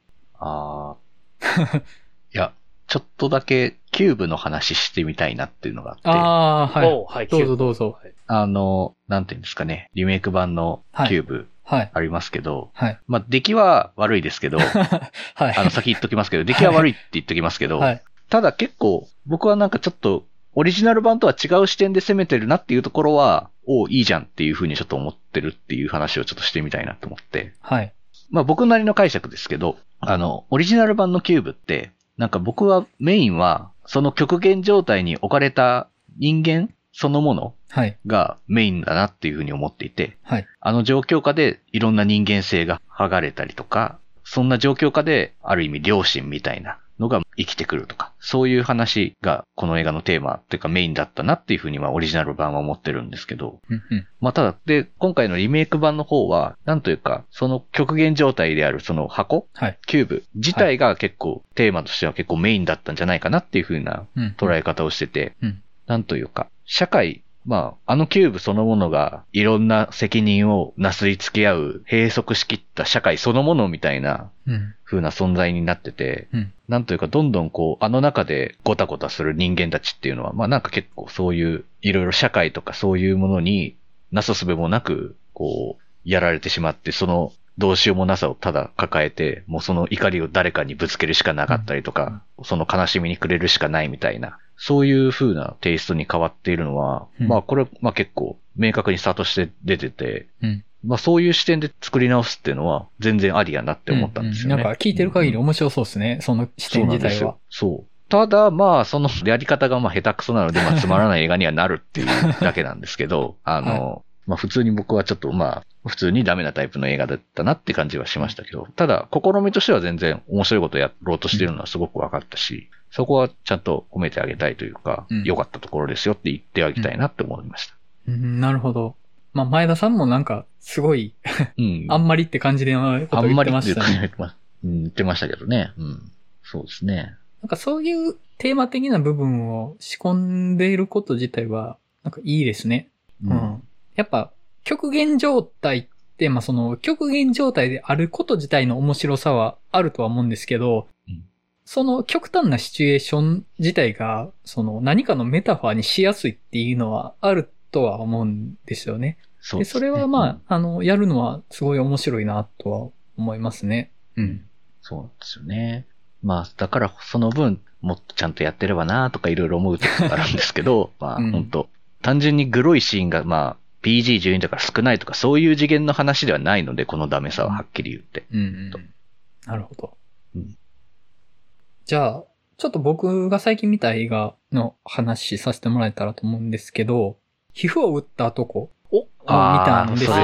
いや、ちょっとだけキューブの話してみたいなっていうのがあって。 はい。どうぞどうぞ。 なんていうんですかね。リメイク版のキューブ。ありますけど。まあ、出来は悪いですけど。先言っときますけど、出来は悪いって言っときますけど。ただ結構、僕はなんかちょっと、オリジナル版とは違う視点で攻めてるなっていうところは、いいじゃんっていう風にちょっと思ってるっていう話をちょっとしてみたいなと思って。まあ僕なりの解釈ですけど、オリジナル版のキューブって、なんか僕はメインは、その極限状態に置かれた人間そのものがメインだなっていうふうに思っていて、あの状況下でいろんな人間性が剥がれたりとか、そんな状況下である意味良心みたいなのが生きてくるとか、そういう話がこの映画のテーマっていうかメインだったなっていうふうにはオリジナル版は思ってるんですけど、まあただで今回のリメイク版の方はなんというかその極限状態であるその箱、キューブ自体が結構テーマとしては結構メインだったんじゃないかなっていうふうな捉え方をしてて、なんというか社会まあ、キューブそのものがいろんな責任をなすりつけ合う閉塞しきった社会そのものみたいな風な存在になってて、なんというかどんどんあの中でゴタゴタする人間たちっていうのは、まあなんか結構そういういろいろ社会とかそういうものになすすべもなく、やられてしまって、そのどうしようもなさをただ抱えて、もうその怒りを誰かにぶつけるしかなかったりとか、その悲しみに暮れるしかないみたいな、そういう風なテイストに変わっているのは、まあこれ、まあ結構明確に差として出てて、まあそういう視点で作り直すっていうのは全然ありやなって思ったんですよね。 なんか聞いてる限り面白そうですね、その視点自体は。 そう。ただまあそのやり方がまあ下手くそなので、まあつまらない映画にはなるっていうだけなんですけど、まあ普通に僕はちょっとまあ普通にダメなタイプの映画だったなって感じはしましたけど、ただ試みとしては全然面白いことをやろうとしてるのはすごく分かったし、そこはちゃんと褒めてあげたいというか、良かったところですよって言ってあげたいなって思いました。 なるほど。まあ前田さんもなんかすごいあんまりって感じでこと言ってましたね。 あんまりって言ってましたけどね。そうですね。 なんかそういうテーマ的な部分を仕込んでいること自体はなんかいいですね。やっぱ極限状態って、まあその極限状態であること自体の面白さはあるとは思うんですけど、その極端なシチュエーション自体が、その何かのメタファーにしやすいっていうのはあるとは思うんですよね。で、それはまあ、やるのはすごい面白いなとは思いますね。 そうですよね。まあ、だからその分、もっとちゃんとやってればなとかいろいろ思うところがあるんですけど、まあ、本当単純にグロいシーンがまあ、PG12 だから少ないとかそういう次元の話ではないので、このダメさははっきり言って。 なるほど。じゃあ、ちょっと僕が最近見た映画の話させてもらえたらと思うんですけど、皮膚を打った男を見たんですよね。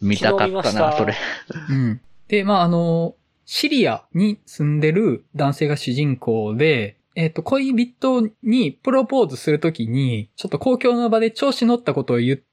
見たかったな、 昨日見ましたそれ。 うん。で、シリアに住んでる男性が主人公で、恋人にプロポーズするときに、ちょっと公共の場で調子乗ったことを言って、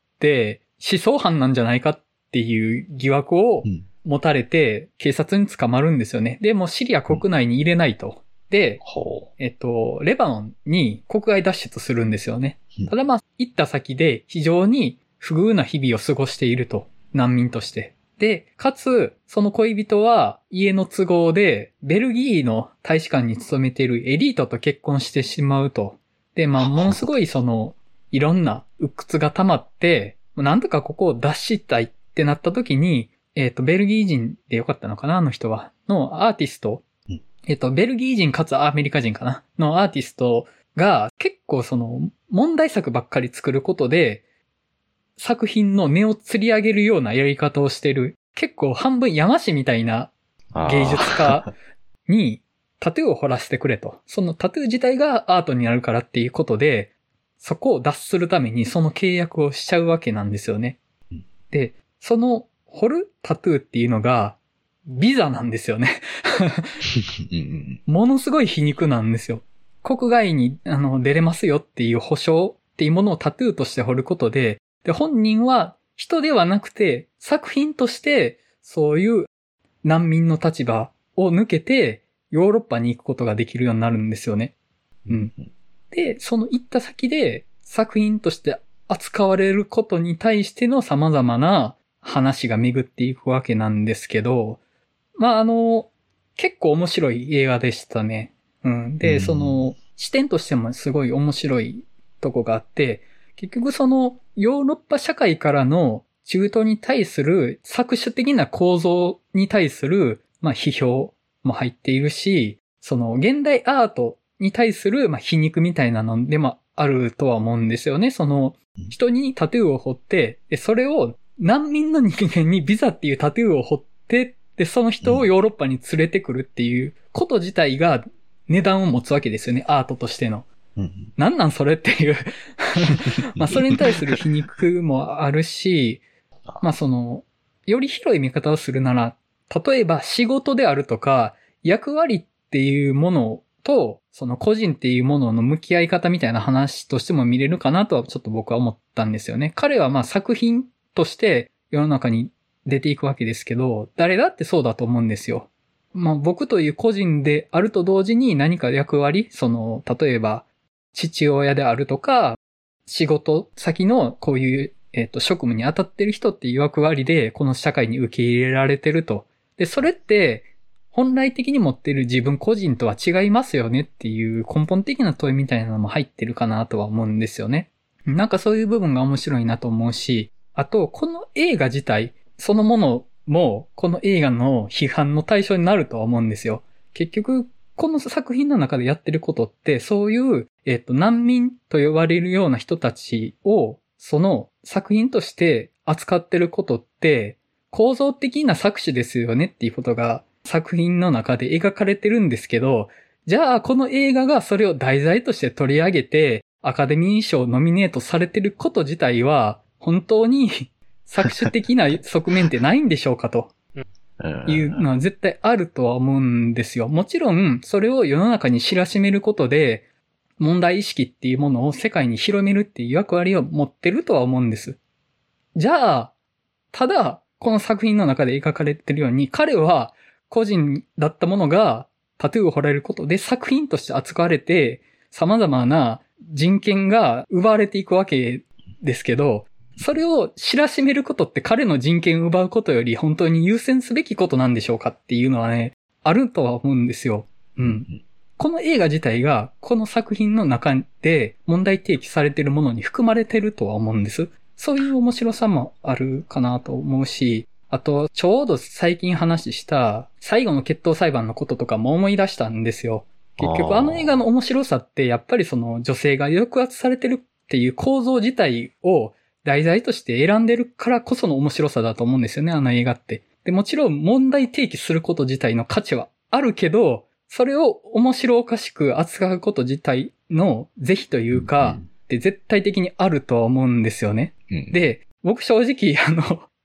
思想犯なんじゃないかっていう疑惑を持たれて、警察に捕まるんですよね。で、もうシリア国内に入れないと。で、レバノンに国外脱出するんですよね。ただ行った先で非常に不遇な日々を過ごしていると。難民として。で、かつ、その恋人は家の都合で、ベルギーの大使館に勤めているエリートと結婚してしまうと。で、ものすごいいろんな鬱屈が溜まって、なんとかここを脱したいってなった時に、ベルギー人でよかったのかな、あの人は。のアーティスト。ベルギー人かつアメリカ人かなのアーティストが結構問題作ばっかり作ることで、作品の根を吊り上げるようなやり方をしてる、結構半分山師みたいな芸術家にタトゥーを彫らせてくれと。そのタトゥー自体がアートになるからっていうことで、そこを脱するためにその契約をしちゃうわけなんですよね。で、その彫るタトゥーっていうのがビザなんですよね。ものすごい皮肉なんですよ。国外に出れますよっていう保証っていうものをタトゥーとして彫ることで、本人は人ではなくて作品としてそういう難民の立場を抜けてヨーロッパに行くことができるようになるんですよね。で、その行った先で作品として扱われることに対しての様々な話が巡っていくわけなんですけど、結構面白い映画でしたね。で、視点としてもすごい面白いとこがあって、結局ヨーロッパ社会からの中東に対する搾取的な構造に対する、批評も入っているし、現代アートに対する、皮肉みたいなのでもあるとは思うんですよね。人にタトゥーを彫って、それを難民の人間にビザっていうタトゥーを彫って、で、その人をヨーロッパに連れてくるっていうこと自体が値段を持つわけですよね、アートとしての。なんそれっていう。それに対する皮肉もあるし、より広い見方をするなら、例えば仕事であるとか、役割っていうものと、個人っていうものの向き合い方みたいな話としても見れるかなとはちょっと僕は思ったんですよね。彼は作品として世の中に出ていくわけですけど、誰だってそうだと思うんですよ。僕という個人であると同時に何か役割、例えば父親であるとか、仕事先のこういう、職務に当たってる人っていう役割でこの社会に受け入れられてると。で、それって本来的に持ってる自分個人とは違いますよねっていう根本的な問いみたいなのも入ってるかなとは思うんですよね。なんかそういう部分が面白いなと思うし、あと、この映画自体そのものもこの映画の批判の対象になるとは思うんですよ。結局、この作品の中でやってることって、そういう、難民と呼ばれるような人たちを、その作品として扱ってることって、構造的な搾取ですよねっていうことが作品の中で描かれてるんですけど、じゃあこの映画がそれを題材として取り上げて、アカデミー賞ノミネートされてること自体は、本当に搾取的な側面ってないんでしょうかと。いうのは絶対あるとは思うんですよ。もちろん、それを世の中に知らしめることで、問題意識っていうものを世界に広めるっていう役割を持ってるとは思うんです。じゃあ、ただ、この作品の中で描かれてるように、彼は個人だったものがタトゥーを彫られることで作品として扱われて、様々な人権が奪われていくわけですけど、それを知らしめることって彼の人権を奪うことより本当に優先すべきことなんでしょうかっていうのはね、あるとは思うんですよ。この映画自体がこの作品の中で問題提起されているものに含まれてるとは思うんです。そういう面白さもあるかなと思うし、あとちょうど最近話した最後の決闘裁判のこととかも思い出したんですよ。結局あの映画の面白さってやっぱり女性が抑圧されてるっていう構造自体を題材として選んでるからこその面白さだと思うんですよね、あの映画って。で、もちろん問題提起すること自体の価値はあるけど、それを面白おかしく扱うこと自体の是非というか、って絶対的にあるとは思うんですよね。で、僕正直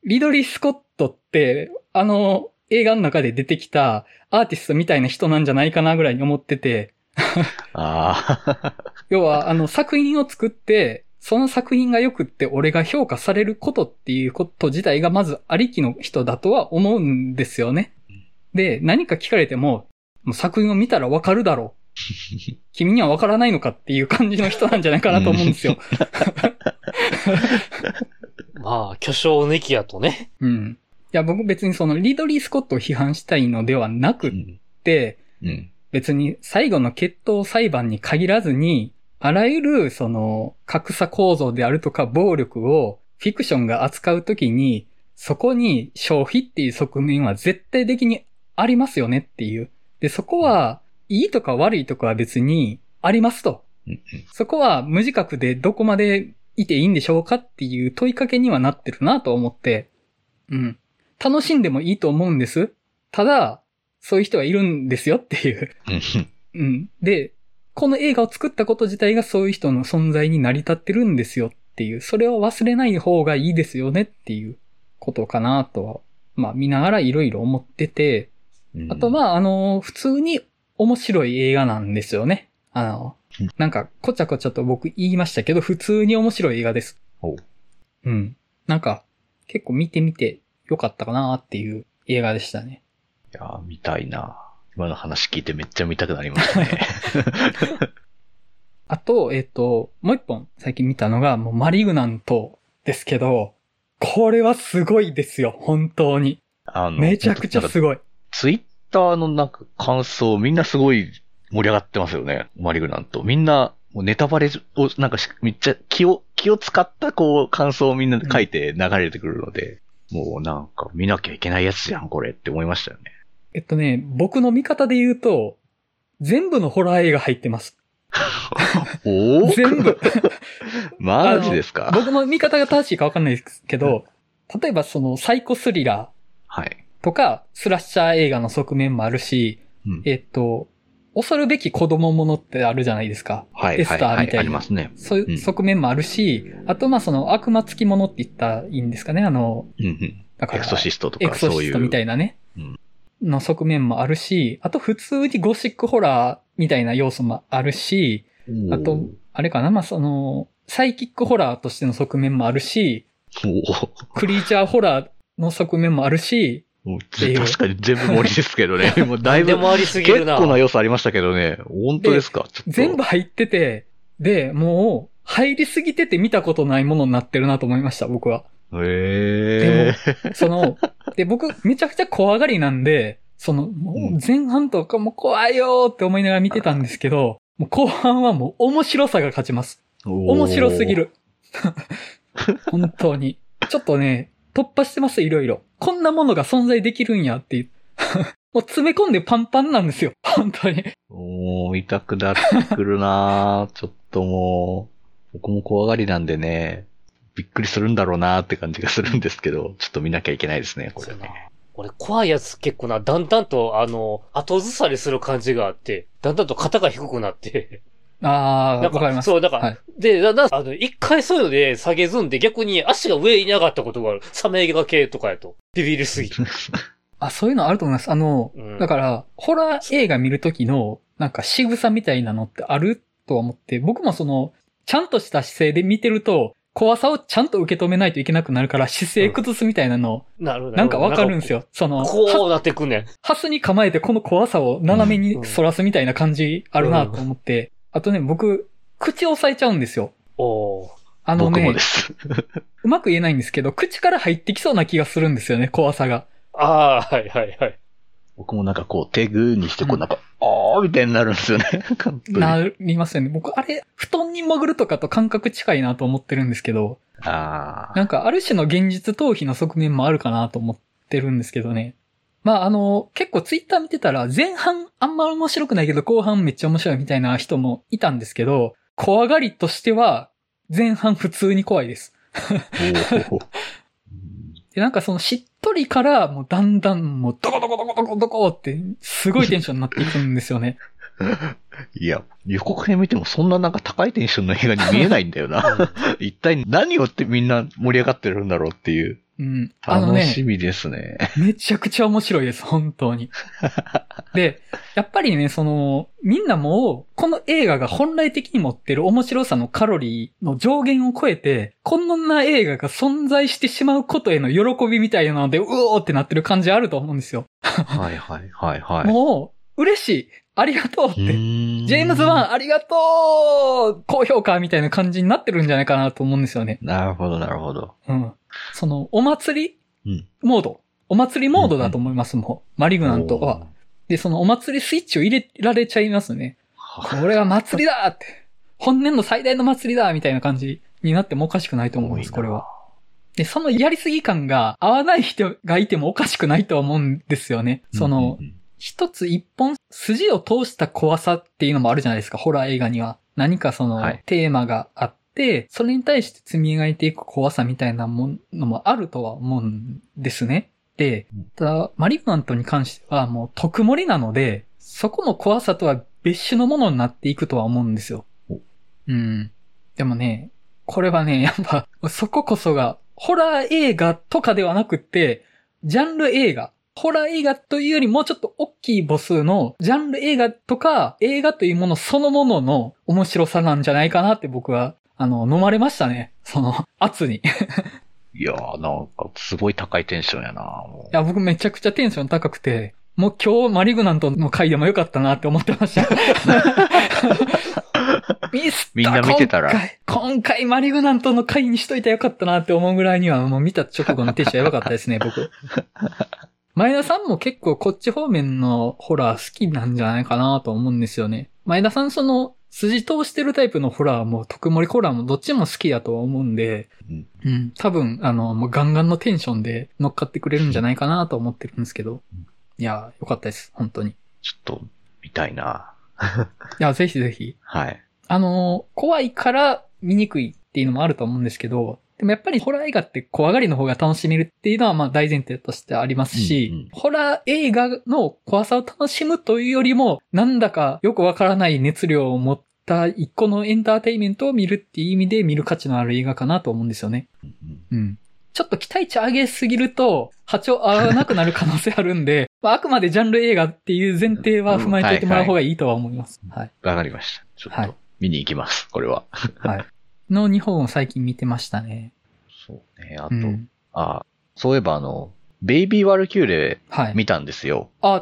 リドリー・スコットって、映画の中で出てきたアーティストみたいな人なんじゃないかなぐらいに思ってて、要は、作品を作って、その作品が良くって俺が評価されることっていうこと自体がまずありきの人だとは思うんですよね。で、何か聞かれても、もう作品を見たらわかるだろう。君にはわからないのかっていう感じの人なんじゃないかなと思うんですよ。 まあ、巨匠ネキやとね。 うん。いや、僕別にそのリドリー・スコットを批判したいのではなくって、別に最後の決闘裁判に限らずに、あらゆるその格差構造であるとか暴力をフィクションが扱うときに、そこに消費っていう側面は絶対的にありますよねっていう。で、そこはいいとか悪いとかは別にありますと。そこは無自覚でどこまでいていいんでしょうかっていう問いかけにはなってるなと思って、うん。楽しんでもいいと思うんです。ただ、そういう人はいるんですよっていう。うん。で、この映画を作ったこと自体がそういう人の存在に成り立ってるんですよっていう。それを忘れない方がいいですよねっていうことかなとは、まあ見ながらいろいろ思ってて、あとまあ普通に面白い映画なんですよね。なんかこちゃこちゃと僕言いましたけど、普通に面白い映画です。うん。なんか結構見てみてよかったかなっていう映画でしたね。 いやー、見たいな。今の話聞いてめっちゃ見たくなりましたね。 あと、もう一本最近見たのがもうマリグナントですけど、これはすごいですよ、本当に。めちゃくちゃすごい。 ツイッターのなんか感想みんなすごい盛り上がってますよね、マリグナント。みんなもうネタバレをなんかめっちゃ気を使ったこう感想をみんなで書いて流れてくるので、もうなんか見なきゃいけないやつじゃんこれって思いましたよね。 僕の見方で言うと、全部のホラー映画入ってます。 おー全部。 マジですか？ 僕の見方が正しいかわかんないですけど、例えばそのサイコスリラーとか、スラッシャー映画の側面もあるし、恐るべき子供ものってあるじゃないですか。エスターみたいな。 ありますね。 そういう側面もあるし、あとまあその悪魔付きものって言ったらいいんですかね、だからエクソシストとかエクソシストみたいなね。の側面もあるし、あと普通にゴシックホラーみたいな要素もあるし、あと、あれかな、まあ、サイキックホラーとしての側面もあるし、クリーチャーホラーの側面もあるし、 確かに全部盛りですけどね。もうだいぶ、 でもありすぎるな。 結構な要素ありましたけどね。本当ですか？ 全部入ってて、で、もう、入りすぎてて見たことないものになってるなと思いました、僕は。でも、僕、めちゃくちゃ怖がりなんで、もう前半とかも怖いよーって思いながら見てたんですけど、もう後半はもう面白さが勝ちます。面白すぎる。本当に。ちょっとね、突破してます、いろいろ。こんなものが存在できるんやっていう。もう詰め込んでパンパンなんですよ。本当に。 見たくなってくるなちょっともう、僕も怖がりなんでね、びっくりするんだろうなって感じがするんですけど、ちょっと見なきゃいけないですね、これね。 俺、怖いやつ結構だんだんと、後ずさりする感じがあって、だんだんと肩が低くなって。 わかります。 そう、だから、はい、で、一回そういうので下げずんで逆に足が上に上がったことがある。サメ映画系とかやと。ビビりすぎて。 そういうのあると思います。だから、ホラー映画見るときの、なんか仕草みたいなのってあると思って、僕もちゃんとした姿勢で見てると、怖さをちゃんと受け止めないといけなくなるから姿勢崩すみたいなの、なんかわかるんですよ。 こうなってくんねん。 ハスに構えてこの怖さを斜めに反らすみたいな感じあるなと思って、あとね、僕、口を押さえちゃうんですよ。 僕もです。 うまく言えないんですけど、口から入ってきそうな気がするんですよね、怖さが。 はいはいはい。 僕もなんか手グーにしてなんか、みたいになるんですよね。 なりますよね。僕、あれ、布団に潜るとかと感覚近いなと思ってるんですけど、なんかある種の現実逃避の側面もあるかなと思ってるんですけどね。まあ結構ツイッター見てたら、前半あんま面白くないけど、後半めっちゃ面白いみたいな人もいたんですけど、怖がりとしては、前半普通に怖いです。で、なんかしっとりから、もうだんだんもうドコドコドコドコドコって、すごいテンションになっていくんですよね。 いや、予告編見てもそんななんか高いテンションの映画に見えないんだよな。一体何をってみんな盛り上がってるんだろうっていう。 うん。 楽しみですね。 めちゃくちゃ面白いです、本当に。で、やっぱりね、みんなもう、この映画が本来的に持ってる面白さのカロリーの上限を超えて、こんな映画が存在してしまうことへの喜びみたいなので、うおーってなってる感じあると思うんですよ。 はいはいはいはい。 もう、嬉しい。ありがとうって。ジェームズ・ワンありがとう高評価みたいな感じになってるんじゃないかなと思うんですよね。 なるほどなるほど。 うん。お祭りモード。お祭りモードだと思います、もう。マリグナントは。で、お祭りスイッチを入れられちゃいますね。これは祭りだって。本年の最大の祭りだみたいな感じになってもおかしくないと思います、これは。で、そのやりすぎ感が合わない人がいてもおかしくないと思うんですよね。一つ一本筋を通した怖さっていうのもあるじゃないですか、ホラー映画には。何かテーマがあって、それに対して積み描いていく怖さみたいなものもあるとは思うんですね。で、ただ、マリグナントに関してはもう特盛りなので、そこの怖さとは別種のものになっていくとは思うんですよ。うん。でもね、これはね、やっぱ、そここそが、ホラー映画とかではなくって、ジャンル映画。ホラー映画というよりもうちょっと大きい母数のジャンル映画とか映画というものそのものの面白さなんじゃないかなって僕は、飲まれましたね。圧に。 いやーなんかすごい高いテンションやな。 いや、僕めちゃくちゃテンション高くて、もう今日マリグナントの回でもよかったなって思ってました。 みんな見てたら。 今回マリグナントの回にしといたらよかったなって思うぐらいにはもう見た直後のテンションやばかったですね、僕。前田さんも結構こっち方面のホラー好きなんじゃないかなと思うんですよね。前田さん筋通してるタイプのホラーも特盛りホラーもどっちも好きだとは思うんで、多分、もうガンガンのテンションで乗っかってくれるんじゃないかなと思ってるんですけど。いや、よかったです、本当に。 ちょっと、見たいな。 いや、ぜひぜひ。 はい。 怖いから見にくいっていうのもあると思うんですけど、でもやっぱりホラー映画って怖がりの方が楽しめるっていうのはまあ大前提としてありますし、ホラー映画の怖さを楽しむというよりも、なんだかよくわからない熱量を持った一個のエンターテインメントを見るっていう意味で見る価値のある映画かなと思うんですよね。ちょっと期待値上げすぎると波長合わなくなる可能性あるんで、まあ、あくまでジャンル映画っていう前提は踏まえておいてもらう方がいいとは思います。はい。 わかりました。ちょっと見に行きます、これは。 はい。の日本を最近見てましたね。 そうね。あと、そういえばベイビーワルキューレ見たんですよ。 はい。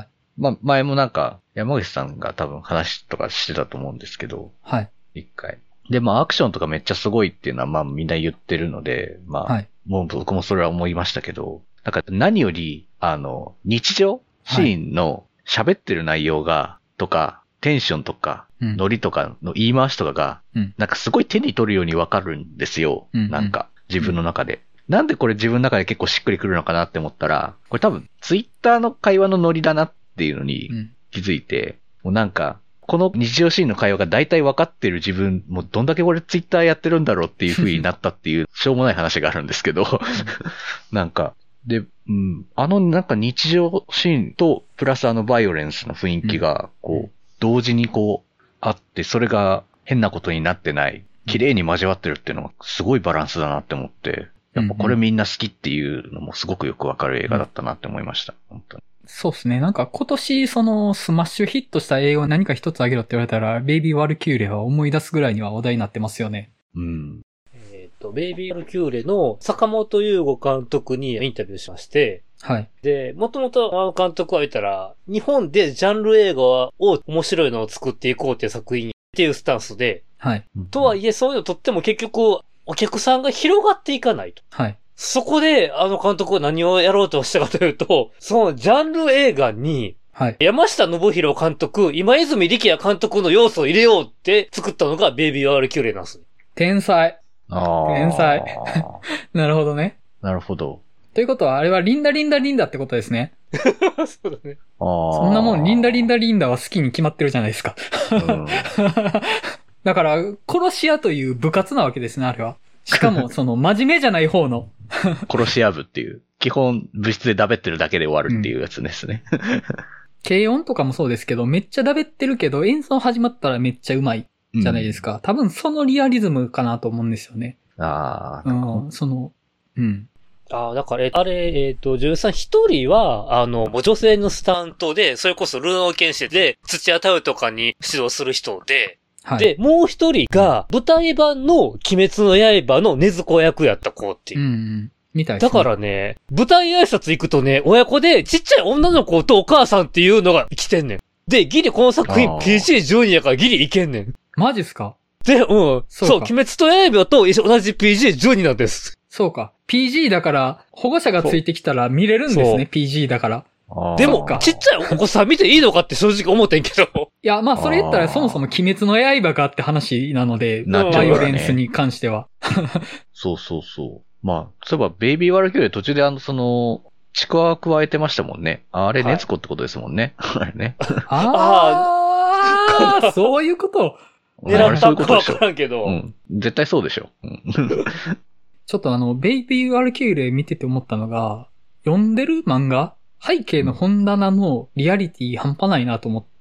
まあ、前もなんか、山口さんが多分話とかしてたと思うんですけど。 はい。 一回。で、まあ、アクションとかめっちゃすごいっていうのは、まあ、みんな言ってるので、まあ、もう僕もそれは思いましたけど、なんか何より、日常シーンの喋ってる内容が、とか、テンションとか、ノリとかの言い回しとかが、なんかすごい手に取るようにわかるんですよ。なんか、自分の中で。なんでこれ自分の中で結構しっくりくるのかなって思ったら、これ多分、ツイッターの会話のノリだなっていうのに気づいて、もうなんか、この日常シーンの会話が大体分かってる自分、もうどんだけこれツイッターやってるんだろうっていう風になったっていう、しょうもない話があるんですけど、なんか、で、なんか日常シーンと、プラスバイオレンスの雰囲気が、こう、同時にこう、あって、それが変なことになってない、綺麗に交わってるっていうのがすごいバランスだなって思って、やっぱこれみんな好きっていうのもすごくよくわかる映画だったなって思いました。本当に。 そうですね。なんか今年スマッシュヒットした映画を何か一つあげろって言われたら、ベイビー・ワルキューレは思い出すぐらいには話題になってますよね。 ベイビー・ワルキューレの坂本優吾監督にインタビューしまして、 はい。 で、もともと監督は言ったら、日本でジャンル映画を面白いのを作っていこうっていう作品っていうスタンスで、 はい。 とはいえ、そういうのとっても結局、お客さんが広がっていかないと。 はい。 そこで、監督は何をやろうとしたかというと、そのジャンル映画に、 はい。 山下信弘監督、今泉力也監督の要素を入れようって作ったのがベイビー・ワルキューレなんです。 天才。天才。なるほどね。 なるほど。 ということは、あれはリンダってことですね。 そうだね。 そんなもん、リンダは好きに決まってるじゃないですか。だから、殺し屋という部活なわけですね、あれは。しかも、真面目じゃない方の。 殺し屋部っていう。基本、部室でダベってるだけで終わるっていうやつですね。 軽音とかもそうですけど、めっちゃダベってるけど、演奏始まったらめっちゃうまいじゃないですか。多分、そのリアリズムかなと思うんですよね。 うん。 だから、女優さん一人は、もう女性のスタントで、それこそルノー剣士で、土屋太鳳とかに指導する人で、 はい。 で、もう一人が、舞台版の鬼滅の刃の禰豆子役やった子っていう。 うんうん。みたいですね。 だからね、舞台挨拶行くとね、親子でちっちゃい女の子とお母さんっていうのが来てんねん。で、ギリこの作品 PG12 やからギリいけんねん。 マジっすか？ で、そう、 そう鬼滅と刃と同じ PG12 なんです。 そうか。PG だから、保護者がついてきたら見れるんですね、PG だから。 でも、ちっちゃいお子さん見ていいのかって正直思ってんけど。 いや、まあ、それ言ったらそもそも鬼滅の刃かって話なので、バイオレンスに関しては。 そうそうそう。まあ、そういえば、ベイビーワルキューレ途中でちくわ加えてましたもんね。あれ、ネズコってことですもんね。あれね。 そういうこと。 狙ったかわからんけど。 うん。絶対そうでしょ。うん、 ちょっとベイビーワルキューレ見てて思ったのが、読んでる漫画背景の本棚のリアリティ半端ないなと思って、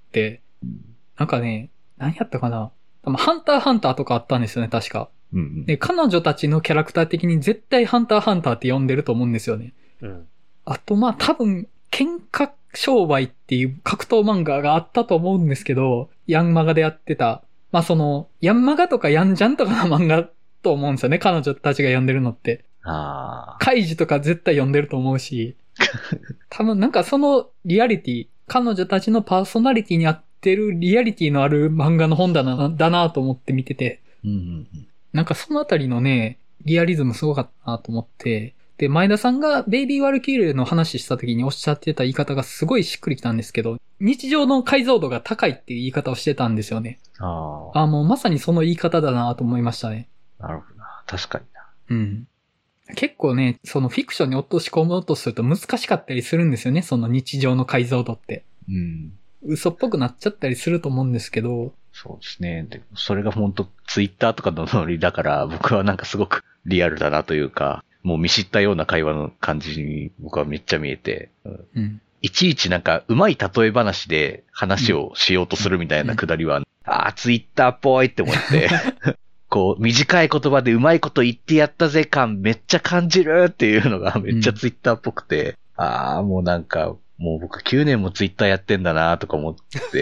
なんかね、何やったかな。ハンターハンターとかあったんですよね、確か。 うん、 で、彼女たちのキャラクター的に絶対ハンターハンターって読んでると思うんですよね。 うん。 あと、まあ多分、喧嘩商売っていう格闘漫画があったと思うんですけど、ヤンマガでやってた。まあヤンマガとかヤンジャンとかの漫画と思うんですよね、彼女たちが読んでるのって。カイジとか絶対読んでると思うし。多分なんかそのリアリティ、彼女たちのパーソナリティに合ってるリアリティのある漫画の本棚だなと思って見てて。なんかそのあたりのね、リアリズムすごかったなと思って、で、前田さんがベイビーワルキューレの話した時におっしゃってた言い方がすごいしっくりきたんですけど、日常の解像度が高いっていう言い方をしてたんですよね。もうまさにその言い方だなと思いましたね。 なるほどな。確かにな。 うん。結構ね、そのフィクションに落とし込もうとすると難しかったりするんですよね、その日常の解像度って。 うん。 嘘っぽくなっちゃったりすると思うんですけど。 そうですね。で、それが本当ツイッターとかのノリだから、僕はなんかすごくリアルだなというか、もう見知ったような会話の感じに僕はめっちゃ見えて、いちいちなんか上手い例え話で話をしようとするみたいなくだりは、ツイッターっぽいって思って、こう短い言葉で上手いこと言ってやったぜ感めっちゃ感じるっていうのがめっちゃツイッターっぽくて、もうなんか、もう僕9年もツイッターやってんだなとか思って、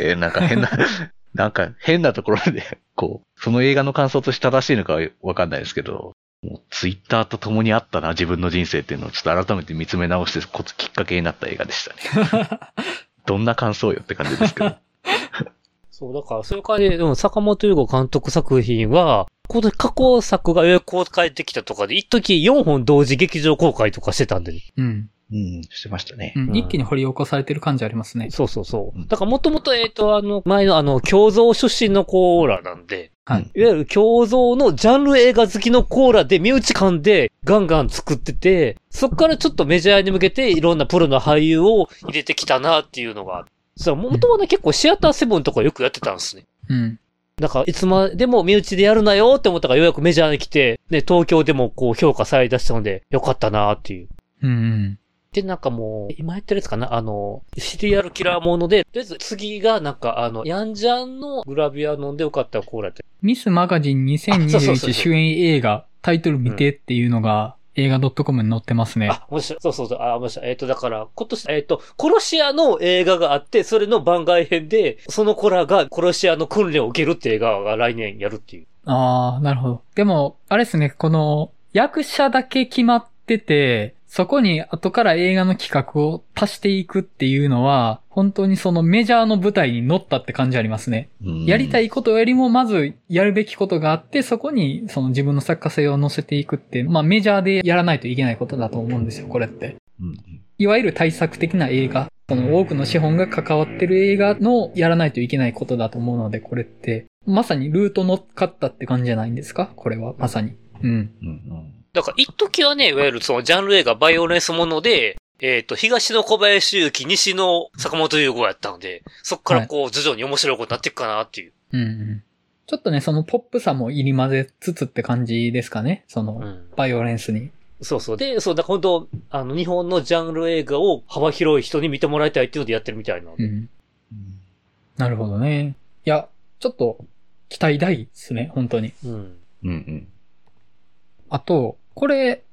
なんか変なところで、こう、その映画の感想として正しいのかわかんないですけど、もうツイッターと共にあったな、自分の人生っていうのをちょっと改めて見つめ直して、きっかけになった映画でしたね。どんな感想よって感じですけど。 そう、だからそういう感じで、坂本龍吾監督作品は、この過去作が予約公開できたとかで、一時4本同時劇場公開とかしてたんで。 してましたね。 一気に掘り起こされてる感じありますね。 そう。だからもともと、前の胸像出身のコーラなんで、いわゆる胸像のジャンル映画好きのコーラで身内感でガンガン作ってて、そっからちょっとメジャーに向けていろんなプロの俳優を入れてきたなっていうのが、もともと結構シアターセブンとかよくやってたんですね。だからいつまでも身内でやるなよって思ったからようやくメジャーに来て、ね、東京でもこう評価され出したのでよかったなっていう。で、なんかもう、今やってるやつかなシリアルキラーもので、とりあえず次がなんかヤンジャンのグラビア飲んでよかったコーラって。 ミスマガジン2021主演映画、タイトル見てっていうのが、映画 .com に載ってますね。 面白い。そう。面白い。だから、今年、殺し屋の映画があって、それの番外編で、その子らが殺し屋の訓練を受けるって映画が来年やるっていう。 なるほど。でも、あれですね、この、役者だけ決まってて、そこに後から映画の企画を足していくっていうのは、本当にそのメジャーの舞台に乗ったって感じありますね。やりたいことよりもまずやるべきことがあって、そこにその自分の作家性を乗せていくって、まあメジャーでやらないといけないことだと思うんですよ、これって。いわゆる対策的な映画、その多くの資本が関わってる映画のやらないといけないことだと思うので、これって、まさにルート乗っかったって感じじゃないんですか、これは、まさに。 だから、一時はね、いわゆるそのジャンル映画バイオレンスもので、東の小林幸、西の坂本龍吾やったので、そっからこう、徐々に面白いことになっていくかなっていう。 ちょっとね、そのポップさも入り混ぜつつって感じですかね、その、バイオレンスに。 で、だから本当日本のジャンル映画を幅広い人に見てもらいたいっていうのでやってるみたいな。 なるほどね。いや、ちょっと、期待大ですね、本当に。 うんうん。 あと、これ、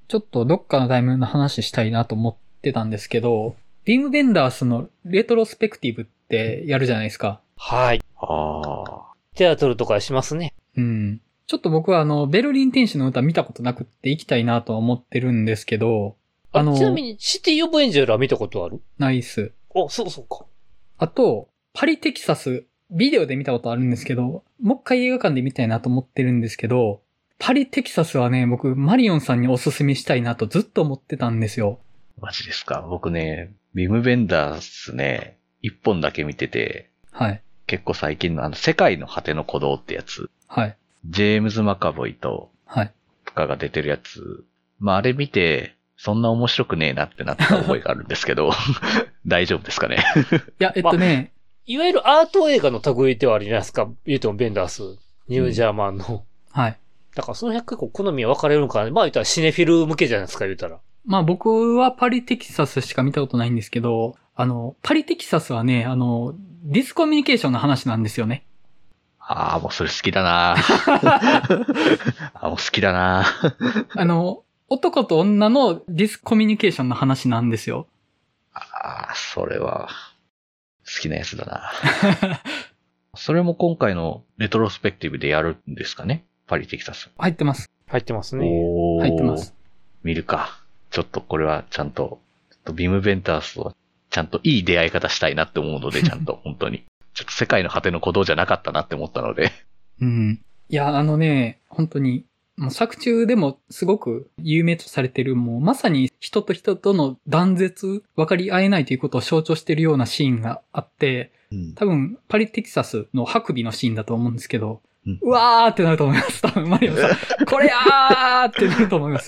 ちょっとどっかのタイミングの話したいなと思ってたんですけど、ビームベンダースのレトロスペクティブってやるじゃないですか。 はい。テアトルとかしますね。 うん。ちょっと僕はベルリン天使の歌見たことなくって行きたいなとは思ってるんですけど、 ちなみにシティオブエンジェルは見たことある？ ナイス。 そうか。 あと、パリテキサス、ビデオで見たことあるんですけど、もう一回映画館で見たいなと思ってるんですけど、パリテキサスはね、僕、マリオンさんにおすすめしたいなとずっと思ってたんですよ。 マジですか。僕ね、ビームベンダースね、一本だけ見てて、 はい。 結構最近の世界の果ての鼓動ってやつ。 はい。 ジェームズ・マカボイと、 はい。 とかが出てるやつ。まあ、あれ見て、そんな面白くねえなってなった覚えがあるんですけど、大丈夫ですかね。 いや、 いわゆるアート映画の類ではあるじゃないですか。言うてもベンダース、ニュージャーマンの。 はい。 だからその辺結構好みは分かれるのかな。まあ言ったらシネフィル向けじゃないですか、言うたら。 まあ僕はパリテキサスしか見たことないんですけど、パリテキサスはね、ディスコミュニケーションの話なんですよね。 ああ、もうそれ好きだなもう好きだな男と女のディスコミュニケーションの話なんですよ。 ああ、それは、好きなやつだなそれも今回のレトロスペクティブでやるんですかね？パリテキサス。 入ってます。 入ってますね。 入ってます。 見るか。ちょっとこれはちゃんと、ビームベンタースとちゃんといい出会い方したいなって思うので、ちゃんと本当に。ちょっと世界の果ての鼓動じゃなかったなって思ったので。 うん。いや、本当に、もう作中でもすごく有名とされてる、もうまさに人と人との断絶、分かり合えないということを象徴しているようなシーンがあって、多分、パリテキサスの白尾のシーンだと思うんですけど、うわーってなると思います。多分、マリオさん、これやーってなると思います。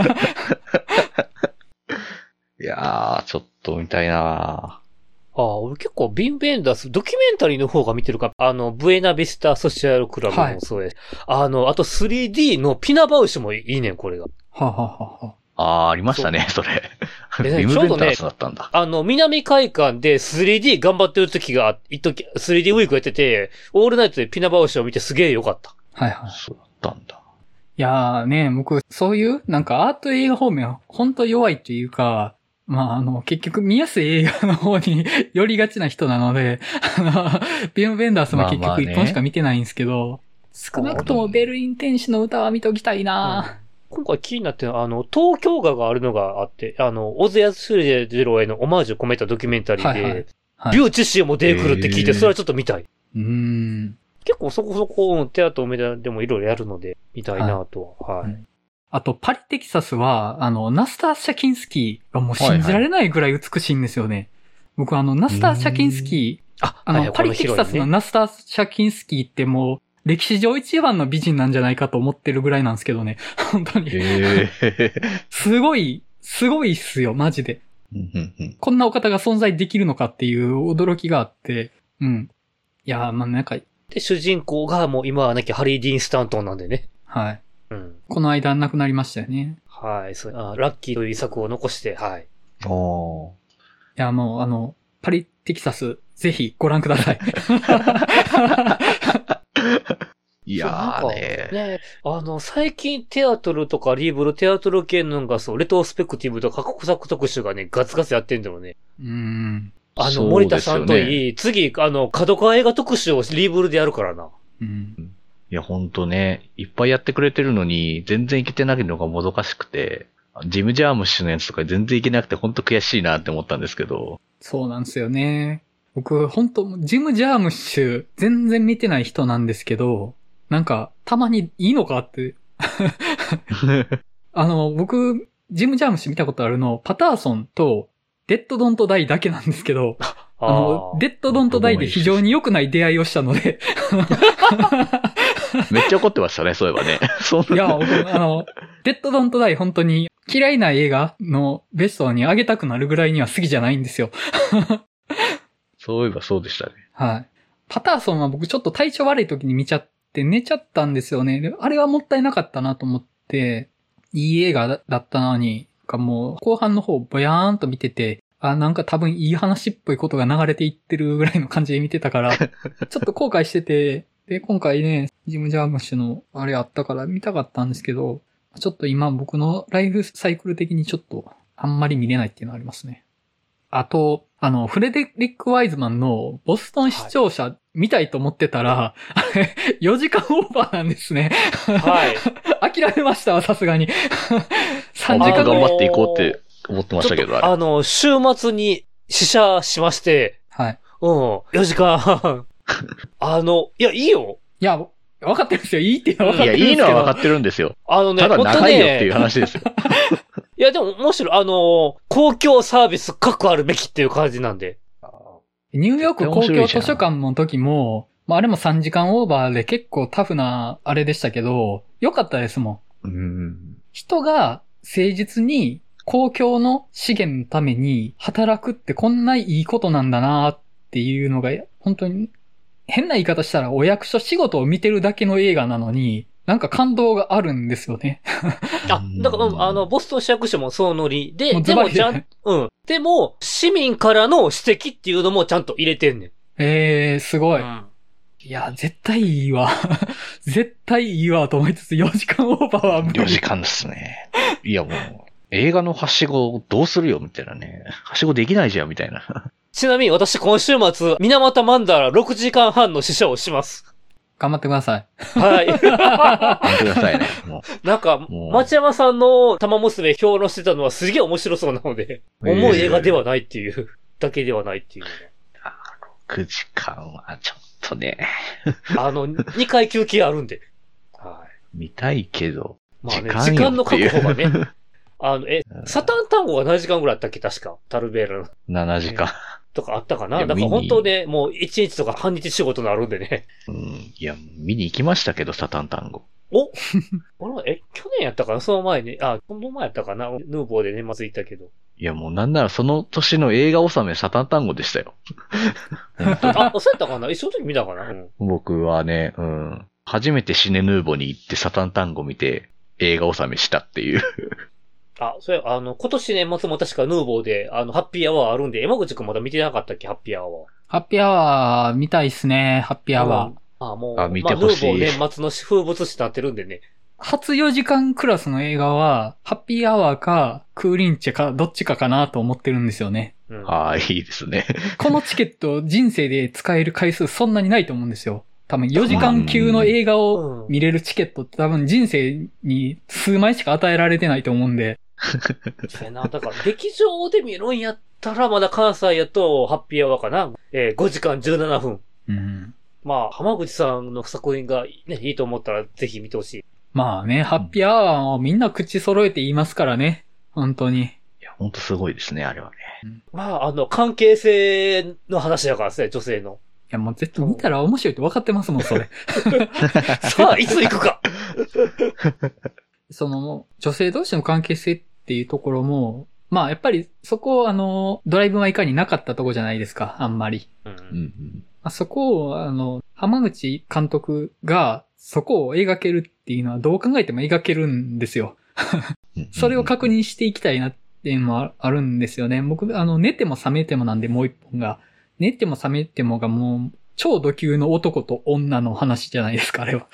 いやー、ちょっと見たいな俺結構ビンベンダース、ドキュメンタリーの方が見てるか、ブエナビスタソシャルクラブもそうです。はい、あと 3D のピナバウシもいいねん、これが。 ありましたね、それ。ビムベンダースだったんだ。 南海岸で 3D 頑張ってる時が、3D ウィークやってて、オールナイトでピナバウシを見てすげえ良かった。 はいはい。 そうだったんだ。 いやーね、僕、そういう、なんかアート映画方面は本当弱いというか、まあ結局見やすい映画の方に寄りがちな人なので、ビームベンダースも結局一本しか見てないんですけど、少なくともベルリン天使の歌は見ときたいな、 今回気になってるのは、東京画があるのがあって、小津安二郎へのオマージュを込めたドキュメンタリーで、ビューチシーも出てくるって聞いて、それはちょっと見たい。結構そこそこテアトルでもいろいろやるので、見たいなとは。はい。 あと、パリテキサスは、ナスター・シャキンスキーがもう信じられないぐらい美しいんですよね。僕ナスター・シャキンスキー、パリテキサスのナスター・シャキンスキーってもう、歴史上一番の美人なんじゃないかと思ってるぐらいなんですけどね。本当に。すごいっすよ、マジで。こんなお方が存在できるのかっていう驚きがあって、いやー、まあなんか。 で、主人公がもう今はなきゃハリー・ディーン・スタントンなんでね。 はい。この間亡くなりましたよね。 はい。ラッキーという遺作を残して、はい。 いや、もうパリテキサス、ぜひご覧ください。 いやーね。 最近テアトルとかリーブルテアトル系のがレトロスペクティブとか過去作特集がね、ガツガツやってんだよね。森田さんといい、次、角川映画特集をリーブルでやるからな。 いや、ほんとね、いっぱいやってくれてるのに、全然いけてないのがもどかしくて、ジム・ジャームッシュのやつとか全然いけなくてほんと悔しいなって思ったんですけど。 そうなんですよね。僕、ほんと、ジム・ジャームッシュ、全然見てない人なんですけど、なんか、たまにいいのかって。僕、ジム・ジャームッシュ見たことあるの、パターソンと、デッド・ドント・ダイだけなんですけど、デッド・ドント・ダイで非常に良くない出会いをしたので。 めっちゃ怒ってましたね、そういえばね。 いや、僕、デッド・ドント・ダイ本当に嫌いな映画のベストに上げたくなるぐらいには好きじゃないんですよ。 そういえばそうでしたね。 はい。パターソンは僕ちょっと体調悪い時に見ちゃって寝ちゃったんですよね。あれはもったいなかったなと思って、いい映画だったのに、もう後半の方ぼやーんと見てて、なんか多分いい話っぽいことが流れていってるぐらいの感じで見てたから、ちょっと後悔してて、で、今回ね、ジム・ジャームッシュのあれあったから見たかったんですけど、 ちょっと今僕のライフサイクル的にちょっとあんまり見れないっていうのはありますね。あと、フレデリック・ワイズマンのボストン視聴者見たいと思ってたら、あれ、4時間オーバーなんですね。 はい。 諦めましたわ、さすがに。3時間頑張っていこうって思ってましたけど、あれ。 週末に試写しまして、 はい。 4時間半。いや、いいよ。 いや、分かってるんですよ。いいっていうのは分かってるんですけど。 いや、いいのは分かってるんですよ。ただ長いよっていう話ですよ。 いや、でも、むしろ、公共サービス各あるべきっていう感じなんで。 ニューヨーク公共図書館の時も、まあ、あれも3時間オーバーで結構タフなあれでしたけど、良かったですもん。人が誠実に公共の資源のために働くってこんないいことなんだなっていうのが、本当に変な言い方したらお役所仕事を見てるだけの映画なのに、なんか感動があるんですよね。 だから、ボストン市役所もそのノリで、でもちゃん、でも、市民からの指摘っていうのもちゃんと入れてんねん。 すごい。いや、絶対いいわ。絶対いいわと思いつつ4時間オーバーは無理。 4時間ですね。いやもう、映画のはしごどうするよみたいなね。はしごできないじゃんみたいな。 ちなみに私今週末、水俣マンダラ6時間半の試写をします。 頑張ってください。 はい。 頑張ってくださいね。 なんか、町山さんの玉娘評論してたのはすげえ面白そうなので、重い映画ではないっていう、だけではないっていう、ね。 6時間はちょっとね。 2回休憩あるんで。 はい。見たいけど。 まあね、時間の確保がね。サタン単語が何時間ぐらいあったっけ確か。タルベーラの。 7時間。 とかあったかな。だから本当ね、もう1日とか半日仕事になるんでね。 いや、見に行きましたけど、サタン単語。 去年やったかなその前に。この前やったかなヌーボーで年末行ったけど。 いや、もうなんならその年の映画納めサタン単語でしたよ。 そうやったかなその時見たかな、 僕はね、初めてシネヌーボに行ってサタン単語見て映画納めしたっていう。 それ、今年年末も確かヌーボーで、ハッピーアワーあるんで、山口くんまだ見てなかったっけハッピーアワー。 ハッピーアワー見たいっすね、ハッピーアワー。 もう、見てほしい。 ヌーボー年末の風物詩になってるんでね。 初4時間クラスの映画は、ハッピーアワーか、クーリンチェか、どっちかなと思ってるんですよね。 いいですね。 このチケット人生で使える回数そんなにないと思うんですよ。多分4時間級の映画を見れるチケットって多分人生に数枚しか与えられてないと思うんで。 だから劇場で見るんやったらまだ関西やとハッピーアワーかな。5時間17分。まあ、浜口さんの作品がね、いいと思ったらぜひ見てほしい。 まあね、ハッピーアワーをみんな口揃えて言いますからね。本当に。 いや、本当すごいですね、あれはね。 まあ、関係性の話だからですね、女性の。 いや、もう絶対見たら面白いって分かってますもん、それ。 さあ、いつ行くか女性同士の関係性っていうところも、まあ、やっぱりそこドライブ・マイ・カーになかったとこじゃないですか、あんまり。そこを、浜口監督が、そこを描けるっていうのはどう考えても描けるんですよ。それを確認していきたいなっていうのもあるんですよね。僕、寝ても覚めてもなんでもう一本が、寝ても覚めてもがもう、超ド級の男と女の話じゃないですか、あれは。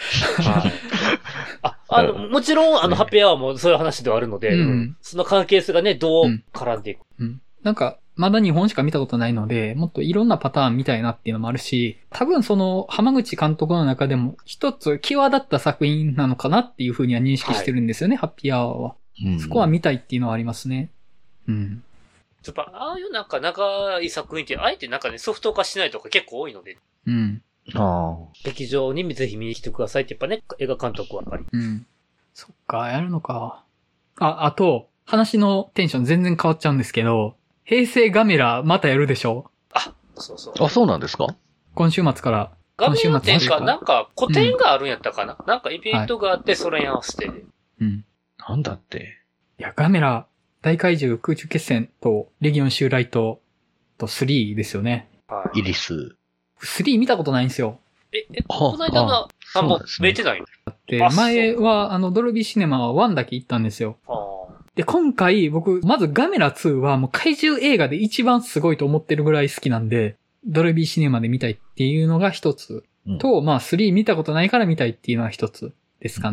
もちろん、ハッピーアワーもそういう話ではあるので、その関係性がね、どう絡んでいく。 なんか、まだ日本しか見たことないので、もっといろんなパターン見たいなっていうのもあるし、多分浜口監督の中でも一つ際立った作品なのかなっていうふうには認識してるんですよね、ハッピーアワーは。そこは見たいっていうのはありますね。 やっぱ、ああいうなんか長い作品って、あえてなんかね、ソフト化しないとか結構多いので。劇場にぜひ見に来てくださいってやっぱね、映画監督はやっぱり。 そっか、やるのか。あと、話のテンション全然変わっちゃうんですけど、平成ガメラまたやるでしょ？ そうそう。 そうなんですか？ 今週末から。 ガメラ展か、なんか個展があるんやったかな、なんかイベントがあってそれに合わせて。 なんだって。 いや、ガメラ、大怪獣空中決戦とレギオン襲来と3ですよね。 イリス。 3見たことないんですよ。 この間の3本見てないの？ で、前はドルビーシネマは1だけ行ったんですよ。で、今回僕、まずガメラ2はもう怪獣映画で一番すごいと思ってるぐらい好きなんで、ドルビーシネマで見たいっていうのが一つ。と、まあ3見たことないから見たいっていうのは一つですかね。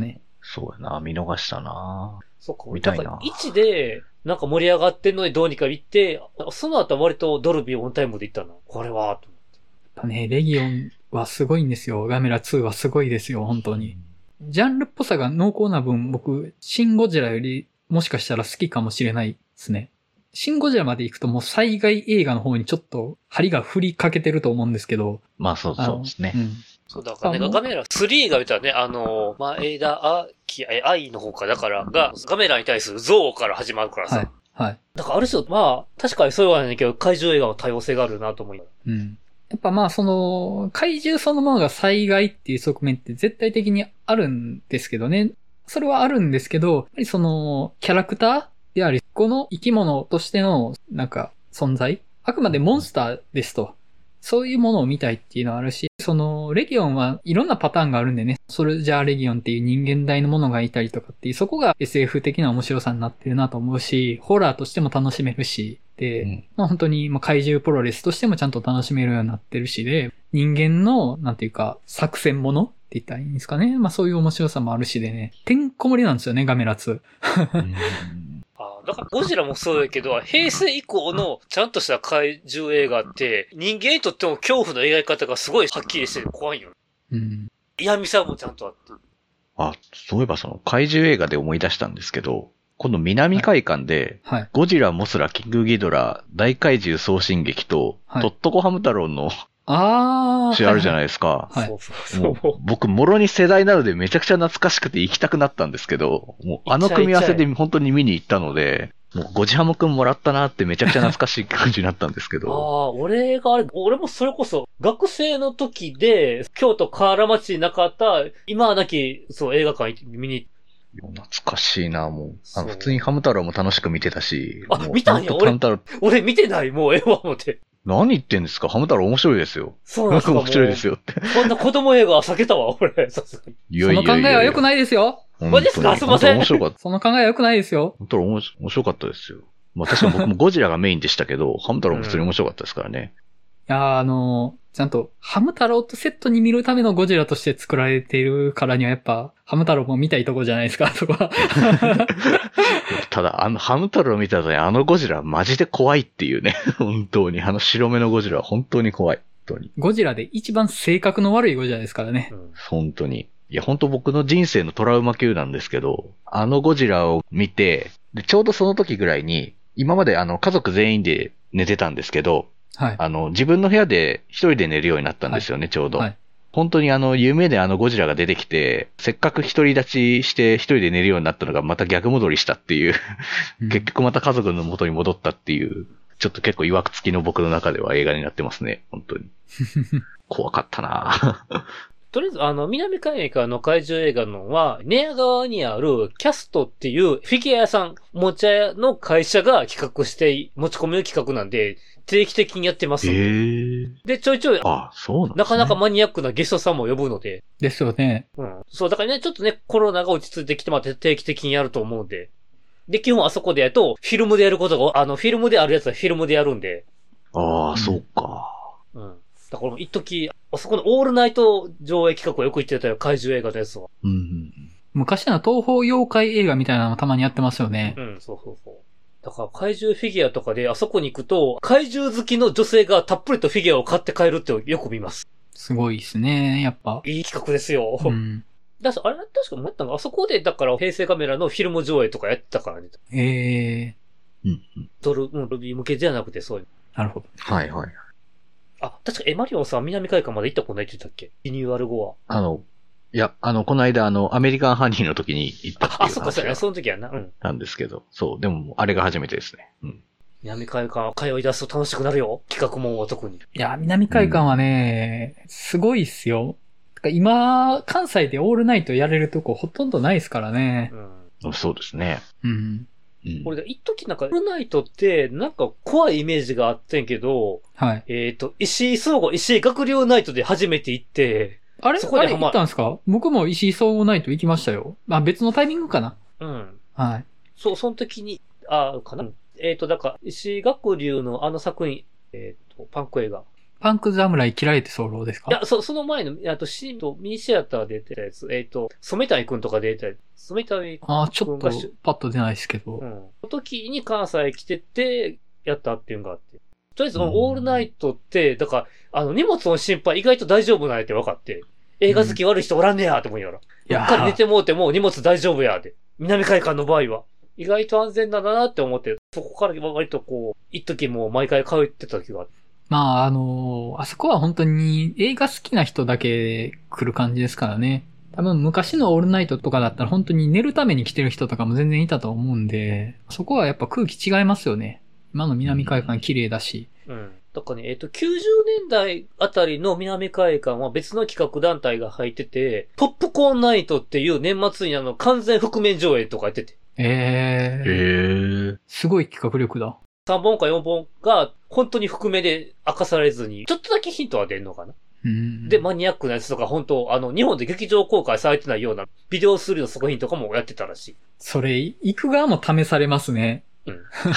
そうやな、見逃したな。 そっか、 見たいなだから1で、なんか盛り上がってんのにどうにか行って、その後は割とドルビーオンタイムで行ったの。これは、と。 やっぱね、レギオンはすごいんですよ。ガメラ2はすごいですよ、本当に。ジャンルっぽさが濃厚な分、僕、シン・ゴジラよりもしかしたら好きかもしれないですね。シン・ゴジラまで行くともう災害映画の方にちょっと針が振りかけてると思うんですけど。 まあそうですね。 そうだからね、ガメラ3が見たらね、前田愛の方か、だからが、ガメラに対する憎悪から始まるからさ。 はい。はい。 だからある種、まあ、確かにそうはないけど、怪獣映画の多様性があるなと思い。 うん。やっぱまあ怪獣そのものが災害っていう側面って絶対的にあるんですけどね。それはあるんですけど、やっぱりキャラクターであり、この生き物としての、存在あくまでモンスターですと。そういうものを見たいっていうのはあるし、レギオンはいろんなパターンがあるんでね、ソルジャーレギオンっていう人間大のものがいたりとかっていう、そこが SF 的な面白さになってるなと思うし、ホラーとしても楽しめるし、で、まあ本当に怪獣プロレスとしてもちゃんと楽しめるようになってるしで、人間の、作戦ものって言ったらいいんですかね。まあそういう面白さもあるしでね、てんこ盛りなんですよね、ガメラ2。 だからゴジラもそうやけど、平成以降のちゃんとした怪獣映画って、人間にとっても恐怖の描き方がすごいはっきりして怖いよ。 うん。 嫌味さもちゃんとあって。 そういえば怪獣映画で思い出したんですけど、今度南海館で、 はい。 ゴジラ、モスラ、キングギドラ、大怪獣送信劇と、 はいトットコハム太郎の詩あるじゃないですか。 はい。 そうそうもう僕、もろに世代なのでめちゃくちゃ懐かしくて行きたくなったんですけど、もう組み合わせで本当に見に行ったので、もうゴジハムくんもらったなってめちゃくちゃ懐かしい感じになったんですけど。 俺もそれこそ学生の時で、京都河原町になかった、今はなき、映画館見に懐かしいな、もう。普通にハム太郎も楽しく見てたし。 見たんや、俺見てない、もうわ、思って。 何言ってんですか？ハム太郎面白いですよ。 そうなんですか？ 面白いですよって。 こんな子供映画は避けたわ、俺、さすがに。 その考えは良くないですよ。 マジですか？すいません。 面白かった。 その考えは良くないですよ。 ハム太郎面白かったですよ。まあ確かに僕もゴジラがメインでしたけど、ハム太郎も普通に面白かったですからね。 いやちゃんと、ハム太郎とセットに見るためのゴジラとして作られているからにはやっぱ、ハム太郎も見たいとこじゃないですか、そこは。 ただ、ハム太郎見た後にゴジラマジで怖いっていうね。本当に。白目のゴジラは本当に怖い。本当に。 ゴジラで一番性格の悪いゴジラですからね。 本当に。いや、本当僕の人生のトラウマ級なんですけど、ゴジラを見て、で、ちょうどその時ぐらいに、今まで家族全員で寝てたんですけど、 はい。 自分の部屋で一人で寝るようになったんですよね、ちょうど。はい。本当に夢でゴジラが出てきて、せっかく独り立ちして一人で寝るようになったのがまた逆戻りしたっていう、結局また家族の元に戻ったっていう、ちょっと結構曰くつきの僕の中では映画になってますね、本当に。怖かったなとりあえず、南海岸の怪獣映画のは、寝屋川にあるキャストっていうフィギュア屋さん、おもちゃ屋の会社が企画して持ち込みの企画なんで、定期的にやってます。で、ちょいちょい、 そうなんですね。 なかなかマニアックなゲストさんも呼ぶので。 ですよね。 そう、だからね、ちょっとね、コロナが落ち着いてきてまって定期的にやると思うんで。で、基本あそこでやると、フィルムでやることが、フィルムであるやつはフィルムでやるんで。 そうか。 だから一時あそこのオールナイト上映企画をよく言ってたよ、怪獣映画のやつは。 昔の東宝妖怪映画みたいなのもたまにやってますよね。 そう。だから怪獣フィギュアとかであそこに行くと、怪獣好きの女性がたっぷりとフィギュアを買って帰るってよく見ます。 すごいですね、やっぱ。 いい企画ですよ。あれ確か思ったのあそこで、だから平成カメラのフィルム上映とかやってたからね。ドルビー向けじゃなくてそういう。 なるほど。 はいはい。 確かマリオンさん南海岸まで行ったことないって言ったっけ？リニューアル後は。 いや、この間アメリカンハニーの時に行ったっていう。 そっか、その時やな。 なんですけど。そう、でも、あれが初めてですね。 南海岸は通い出すと楽しくなるよ。企画もんは特に。 いや、南海岸はね、すごいっすよ。今、関西でオールナイトやれるとこほとんどないですからね。 そうですね。 俺が一時オールナイトって、怖いイメージがあってんけど、 はい。 石井学寮ナイトで初めて行って、 そこで行ったんですか？僕も石井総合ナイト行きましたよ。別のタイミングかな。はい。 その時に、かな。だから、石井学寮の作品、パンク映画。 パンク侍切られて候ですか？ いや、その前の、ミニシアターで出てたやつ、染谷くんとか出てたやつ、染谷くんがちょっとパッと出ないですけど。 うん。その時に関西来てて、やったっていうのがあって。とりあえず、オールナイトって、だから、荷物の心配意外と大丈夫なんやって分かって、映画好き悪い人おらんねやと思いながら。やっぱり寝てもうても荷物大丈夫やで。南海岸の場合は。意外と安全だなって思って、そこから割とこう、一時もう毎回通ってた時があって。 まあ、あそこは本当に映画好きな人だけ来る感じですからね。多分昔のオールナイトとかだったら本当に寝るために来てる人とかも全然いたと思うんで、そこはやっぱ空気違いますよね。今の南海岸綺麗だし。 うん。だからね、90年代あたりの南海岸は別の企画団体が入ってて、ポップコーンナイトっていう年末に完全覆面上映とかやってて。 すごい企画力だ。 3本か4本が本当に覆面で明かされずに、ちょっとだけヒントは出るのかな。で、マニアックなやつとか本当、日本で劇場公開されてないようなビデオ3の作品とかもやってたらしい。 それ、行く側も試されますね。うん。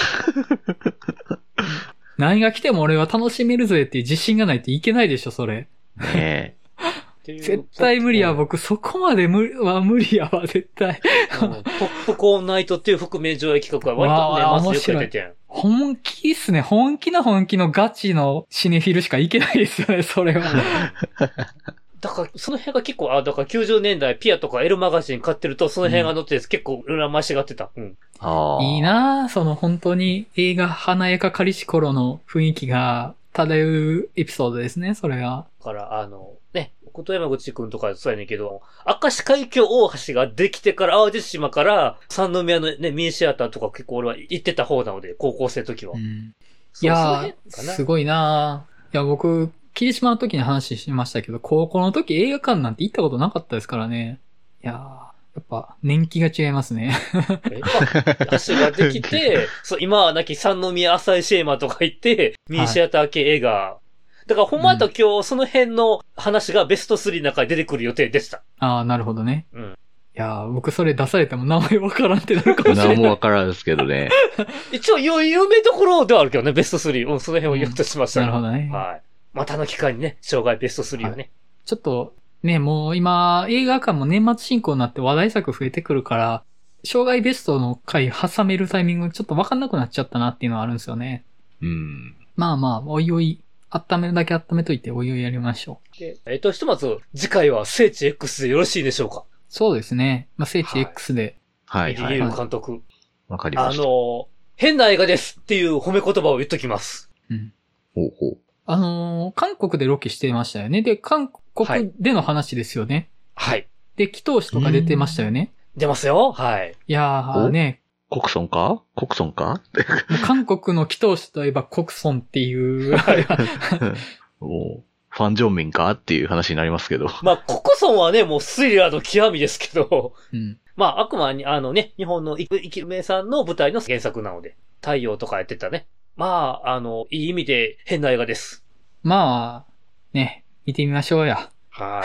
何が来ても俺は楽しめるぜっていう自信がないといけないでしょ、それ。 ねえ。絶対無理や、僕そこまで無理やわ、絶対。 ポップコーンナイトっていう覆面上映企画は割とね、まずよく出てん。 本気っすね。本気のガチのシネフィルしかいけないですよね、それは。 だから、その辺が結構、だから90年代ピアとかエルマガジン買ってると、その辺が載ってて、結構羨ましがってた。うん。 いいなぁ、本当に映画華やかかりし頃の雰囲気が漂うエピソードですね、それが。 だから、ね、こと山口くんとかそうやねんけど、明石海峡大橋ができてから、淡路島から三宮のね、ミニシアターとか結構俺は行ってた方なので、高校生の時は。 いやー、すごいなぁ。いや、僕、霧島の時に話しましたけど、高校の時映画館なんて行ったことなかったですからね。いやー、やっぱ年季が違いますね。 橋ができて、そう、今はなき三宮浅井シェーマとか行って、ミニシアター系映画。だからほんまと今日その辺の話がベスト3の中に出てくる予定でした。 ああ、なるほどね。 うん。いやー、僕それ出されても名前わからんってなるかもしれない。 名もわからんですけどね。 一応有名どころではあるけどね、ベスト3。うん、その辺を言おうとしました、 なるほどね。 はい。またの機会にね、障害ベスト3をね。 ちょっと、ね、もう今、映画館も年末進行になって話題作増えてくるから、障害ベストの回挟めるタイミングちょっとわかんなくなっちゃったなっていうのはあるんですよね。まあまあ、おいおい、温めるだけ温めといて、おいおいやりましょう。で、ひとまず、次回は聖地 X でよろしいでしょうか？ そうですね。まあ、聖地 X で。 はい。 エディ・リュー監督。 わかりました。 変な映画ですっていう褒め言葉を言っときます。 うん。 ほうほう。 韓国でロケしてましたよね。で、韓国での話ですよね。 はい。 で、祈祷師とか出てましたよね。 出ますよ。はい。 いやーね。 コクソンか韓国の祈祷師といえばコクソンっていう。 もう、ファンジョンミンかっていう話になりますけど。 まあ、コクソンはね、もうスリラーの極みですけど。 うん。 まあ、あくまでね、日本の生きる名さんの舞台の原作なので、太陽とかやってたね。まあ、いい意味で変な映画です。 まあ、ね、見てみましょうや。 はい。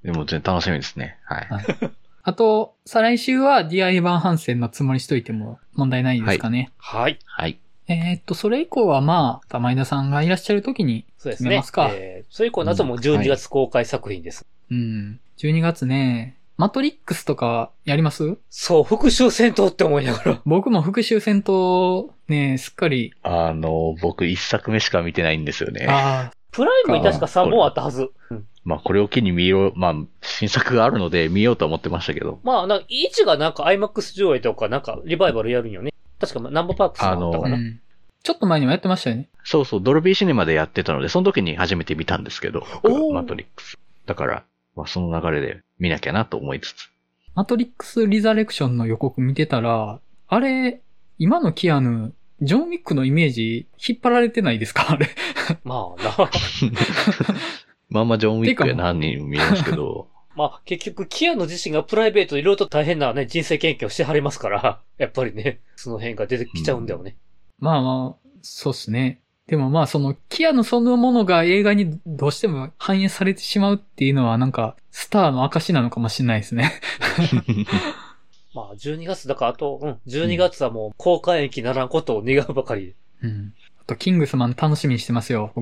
でも全然楽しみですね。はい。 あと、再来週は DI 版反戦のつもりしといても問題ないですかね。 はい。 はい。 それ以降はまあ、前田さんがいらっしゃるときに決めますか。 そうですね。それ以降の後も12月公開作品です。 うん。12月ね。マトリックスとかやります？ そう、復讐戦闘って思いながら。 僕も復讐戦闘ね、すっかり。 僕一作目しか見てないんですよね。 プライムに確か3本あったはず。 まあこれを機に新作があるので見ようと思ってましたけど。 まあ、1がIMAX 上映とかリバイバルやるんよね。確かナンバーパークスだったかな。 ちょっと前にもやってましたよね。 そうそう、ドルビーシネマでやってたので、その時に初めて見たんですけど、マトリックス。だから、その流れで見なきゃなと思いつつ。 マトリックスリザレクションの予告見てたら、あれ、今のキアヌ、ジョン・ウィックのイメージ引っ張られてないですかあれ。 まあな。 まあまあジョン・ウィックや何人も見えますけど。 まあ結局、キアヌ自身がプライベートでいろいろと大変なね、人生研究をしてはりますから、やっぱりね、その辺が出てきちゃうんだよね。 まあまあ、そうっすね。でもまあキアヌそのものが映画にどうしても反映されてしまうっていうのはスターの証なのかもしれないですね。 まあ12月だからあと、12月はもう公開延期ならんことを願うばかり。 うん。あとキングスマン楽しみにしてますよ、僕は。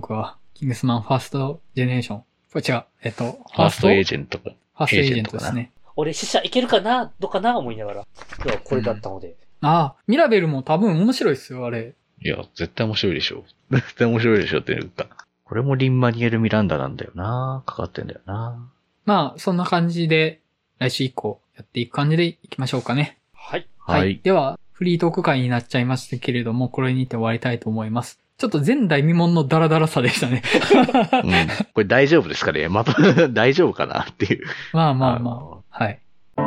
キングスマンファーストジェネレーション。これ違う。 ファーストエージェントか。 ファーストエージェントですね。 俺、死者いけるかなどうかな思いながら。今日はこれだったので。 ああ、ミラベルも多分面白いですよ、あれ。 いや、絶対面白いでしょ。絶対面白いでしょっていうか。これもリンマニエル・ミランダなんだよな。かかってんだよな。 まあ、そんな感じで、来週以降やっていく感じでいきましょうかね。 はい。 はい。 では、フリートーク会になっちゃいましたけれども、これにて終わりたいと思います。ちょっと前代未聞のダラダラさでしたね。 うん。これ大丈夫ですかね大丈夫かなっていう。 まあまあまあ。はい。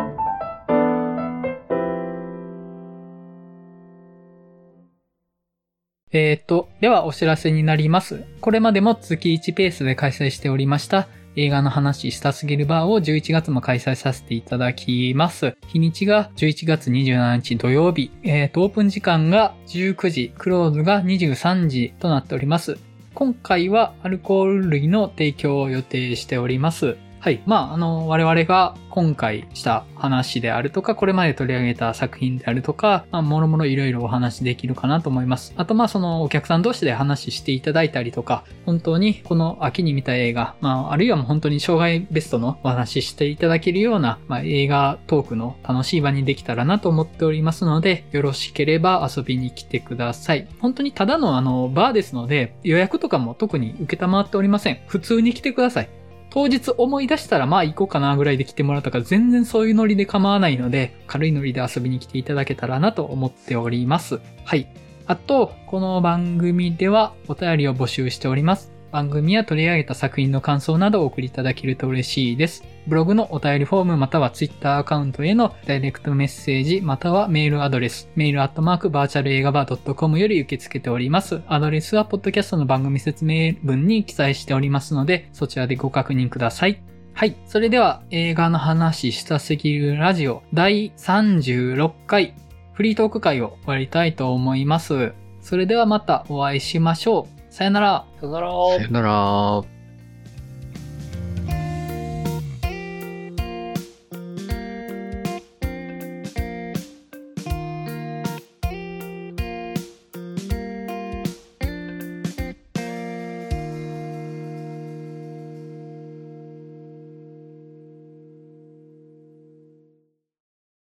ではお知らせになります。これまでも月1ペースで開催しておりました映画の話したすぎるバーを11月も開催させていただきます。日にちが11月27日土曜日。オープン時間が19時、クローズが23時となっております。今回はアルコール類の提供を予定しております。はい。まあ、我々が今回した話であるとか、これまで取り上げた作品であるとか、まあ、もろもろいろいろお話できるかなと思います。あと、まあ、お客さん同士で話していただいたりとか、本当にこの秋に見た映画、まあ、あるいはもう本当に生涯ベストのお話ししていただけるような、まあ、映画トークの楽しい場にできたらなと思っておりますので、よろしければ遊びに来てください。本当にただのバーですので、予約とかも特に受けたまわっておりません。普通に来てください。当日思い出したらまあ行こうかなぐらいで来てもらったから全然そういうノリで構わないので、軽いノリで遊びに来ていただけたらなと思っております。はい。あと、この番組ではお便りを募集しております。番組や取り上げた作品の感想などをお送りいただけると嬉しいです。ブログのお便りフォームまたは Twitter アカウントへのダイレクトメッセージまたはメールアドレス、mail@virtualegaba.com より受け付けております。アドレスはポッドキャストの番組説明文に記載しておりますので、そちらでご確認ください。はい。それでは映画の話したすぎるラジオ第36回フリートーク会を終わりたいと思います。それではまたお会いしましょう。さよなら。 さよなら。 さよなら。